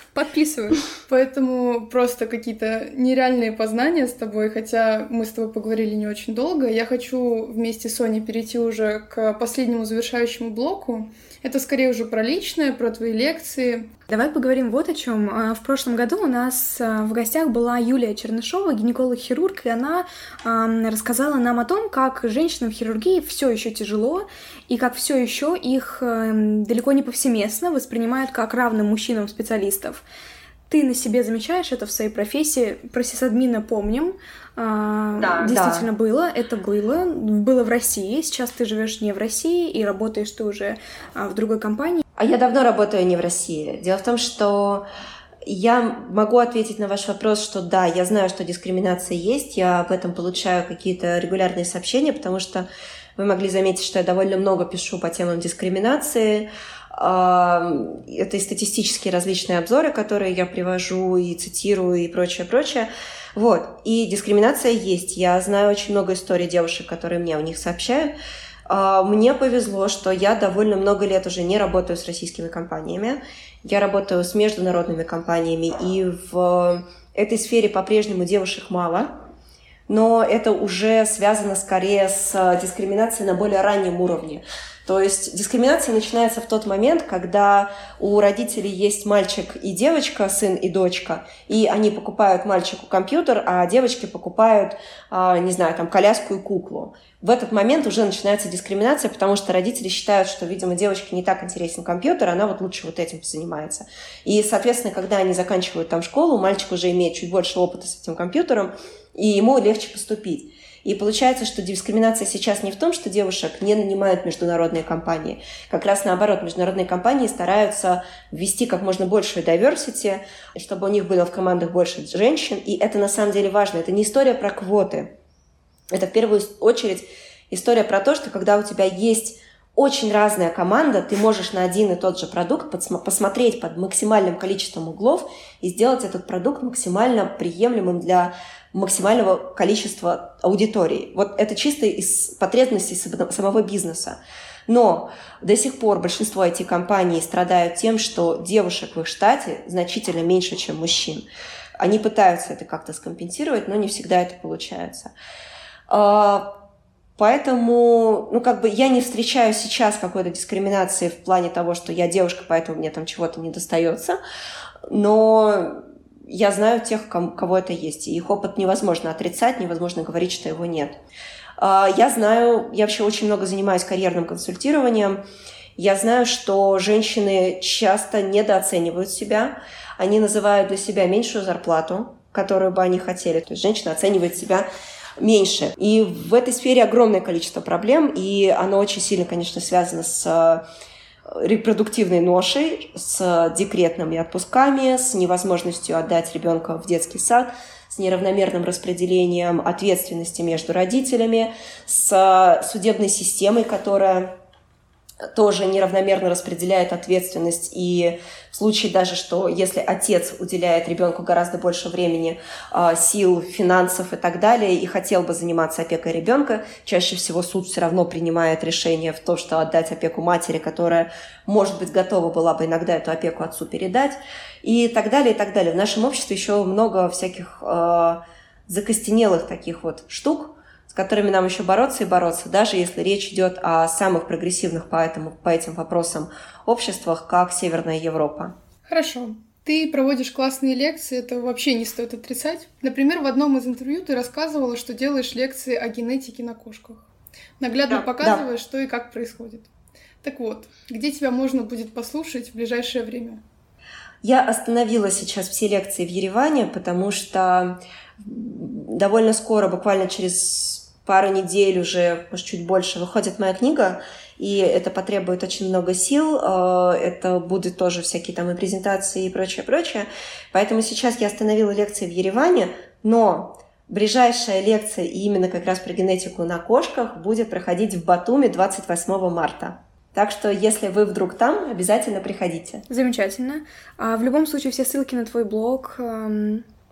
Подписываю.
Поэтому просто какие-то нереальные познания с тобой, хотя мы с тобой поговорили не очень долго. Я хочу вместе с Соней перейти уже к последнему завершающему блоку. Это скорее уже про личное, про твои лекции.
Давай поговорим вот о чем. В прошлом году у нас в гостях была Юлия Чернышова, гинеколог-хирург, и она рассказала нам о том, как женщинам в хирургии все еще тяжело, и как все еще их далеко не повсеместно воспринимают как равным мужчинам специалистов. Ты на себе замечаешь это в своей профессии? Про сисадмина помним.
Да,
Действительно
да.
было, это было. Было в России. Сейчас ты живешь не в России и работаешь ты уже в другой компании.
А я давно работаю не в России. Дело в том, что я могу ответить на ваш вопрос, что да, я знаю, что дискриминация есть, я об этом получаю какие-то регулярные сообщения, потому что вы могли заметить, что я довольно много пишу по темам дискриминации. Это и статистические различные обзоры, которые я привожу и цитирую и прочее, прочее. Вот. И дискриминация есть. Я знаю очень много историй девушек, которые мне о них сообщают. Мне повезло, что я довольно много лет уже не работаю с российскими компаниями. Я работаю с международными компаниями, и в этой сфере по-прежнему девушек мало. Но это уже связано скорее с дискриминацией на более раннем уровне. То есть дискриминация начинается в тот момент, когда у родителей есть мальчик и девочка, сын и дочка, и они покупают мальчику компьютер, а девочке покупают, не знаю, там, коляску и куклу. В этот момент уже начинается дискриминация, потому что родители считают, что, видимо, девочке не так интересен компьютер, она вот лучше вот этим занимается. И, соответственно, когда они заканчивают там школу, мальчик уже имеет чуть больше опыта с этим компьютером, и ему легче поступить. И получается, что дискриминация сейчас не в том, что девушек не нанимают международные компании. Как раз наоборот, международные компании стараются ввести как можно большую diversity, чтобы у них было в командах больше женщин. И это на самом деле важно. Это не история про квоты. Это в первую очередь история про то, что когда у тебя есть очень разная команда, ты можешь на один и тот же продукт посмотреть под максимальным количеством углов и сделать этот продукт максимально приемлемым для максимального количества аудитории. Вот это чисто из потребностей самого бизнеса. Но до сих пор большинство ай ти-компаний страдают тем, что девушек в их штате значительно меньше, чем мужчин. Они пытаются это как-то скомпенсировать, но не всегда это получается. Поэтому, ну, как бы я не встречаю сейчас какой-то дискриминации в плане того, что я девушка, поэтому мне там чего-то не достается. Но я знаю тех, кого это есть, и их опыт невозможно отрицать, невозможно говорить, что его нет. Я знаю, я вообще очень много занимаюсь карьерным консультированием, я знаю, что женщины часто недооценивают себя, они называют для себя меньшую зарплату, которую бы они хотели, то есть женщина оценивает себя меньше. И в этой сфере огромное количество проблем, и оно очень сильно, конечно, связано с репродуктивной ношей, с декретными отпусками, с невозможностью отдать ребенка в детский сад, с неравномерным распределением ответственности между родителями, с судебной системой, которая тоже неравномерно распределяет ответственность, и в случае даже, что если отец уделяет ребенку гораздо больше времени, сил, финансов и так далее, и хотел бы заниматься опекой ребенка, чаще всего суд все равно принимает решение в том, что отдать опеку матери, которая, может быть, готова была бы иногда эту опеку отцу передать, и так далее, и так далее. В нашем обществе еще много всяких э, закостенелых таких вот штук, с которыми нам еще бороться и бороться, даже если речь идет о самых прогрессивных по, этому, по этим вопросам обществах, как Северная Европа.
Хорошо. Ты проводишь классные лекции, это вообще не стоит отрицать. Например, в одном из интервью ты рассказывала, что делаешь лекции о генетике на кошках. Наглядно
да,
показываешь,
да.
что и как происходит. Так вот, где тебя можно будет послушать в ближайшее время?
Я остановила сейчас все лекции в Ереване, потому что довольно скоро, буквально через пару недель уже, может, чуть больше, выходит моя книга, и это потребует очень много сил, это будут тоже всякие там и презентации и прочее, прочее. Поэтому сейчас я остановила лекции в Ереване, но ближайшая лекция, и именно как раз про генетику на кошках, будет проходить в Батуми двадцать восьмого марта. Так что, если вы вдруг там, обязательно приходите.
Замечательно. А в любом случае, все ссылки на твой блог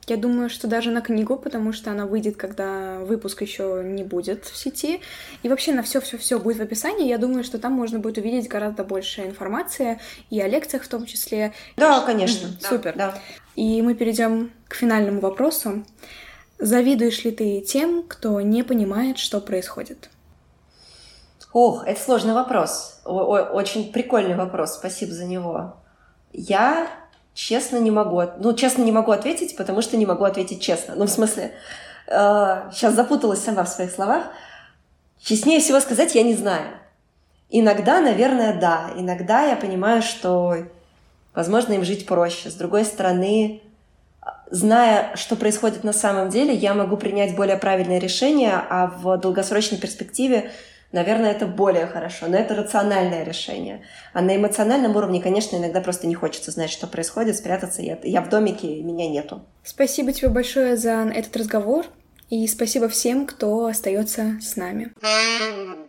Я думаю, что даже на книгу, потому что она выйдет, когда выпуск еще не будет в сети. И вообще на все-все-все будет в описании. Я думаю, что там можно будет увидеть гораздо больше информации и о лекциях в том числе.
Да, конечно.
Mm-hmm. Супер.
Да.
И мы перейдем к финальному вопросу. Завидуешь ли ты тем, кто не понимает, что происходит?
Ох, это сложный вопрос. Очень прикольный вопрос. Спасибо за него. Я... Честно не могу, ну, честно не могу ответить, потому что не могу ответить честно. Ну, в смысле, э, сейчас запуталась сама в своих словах. Честнее всего сказать, я не знаю. Иногда, наверное, да. Иногда я понимаю, что, возможно, им жить проще. С другой стороны, зная, что происходит на самом деле, я могу принять более правильное решение, а в долгосрочной перспективе, наверное, это более хорошо, но это рациональное решение. А на эмоциональном уровне, конечно, иногда просто не хочется знать, что происходит, спрятаться. Я, я в домике, меня нету.
Спасибо тебе большое за этот разговор, и спасибо всем, кто остается с нами.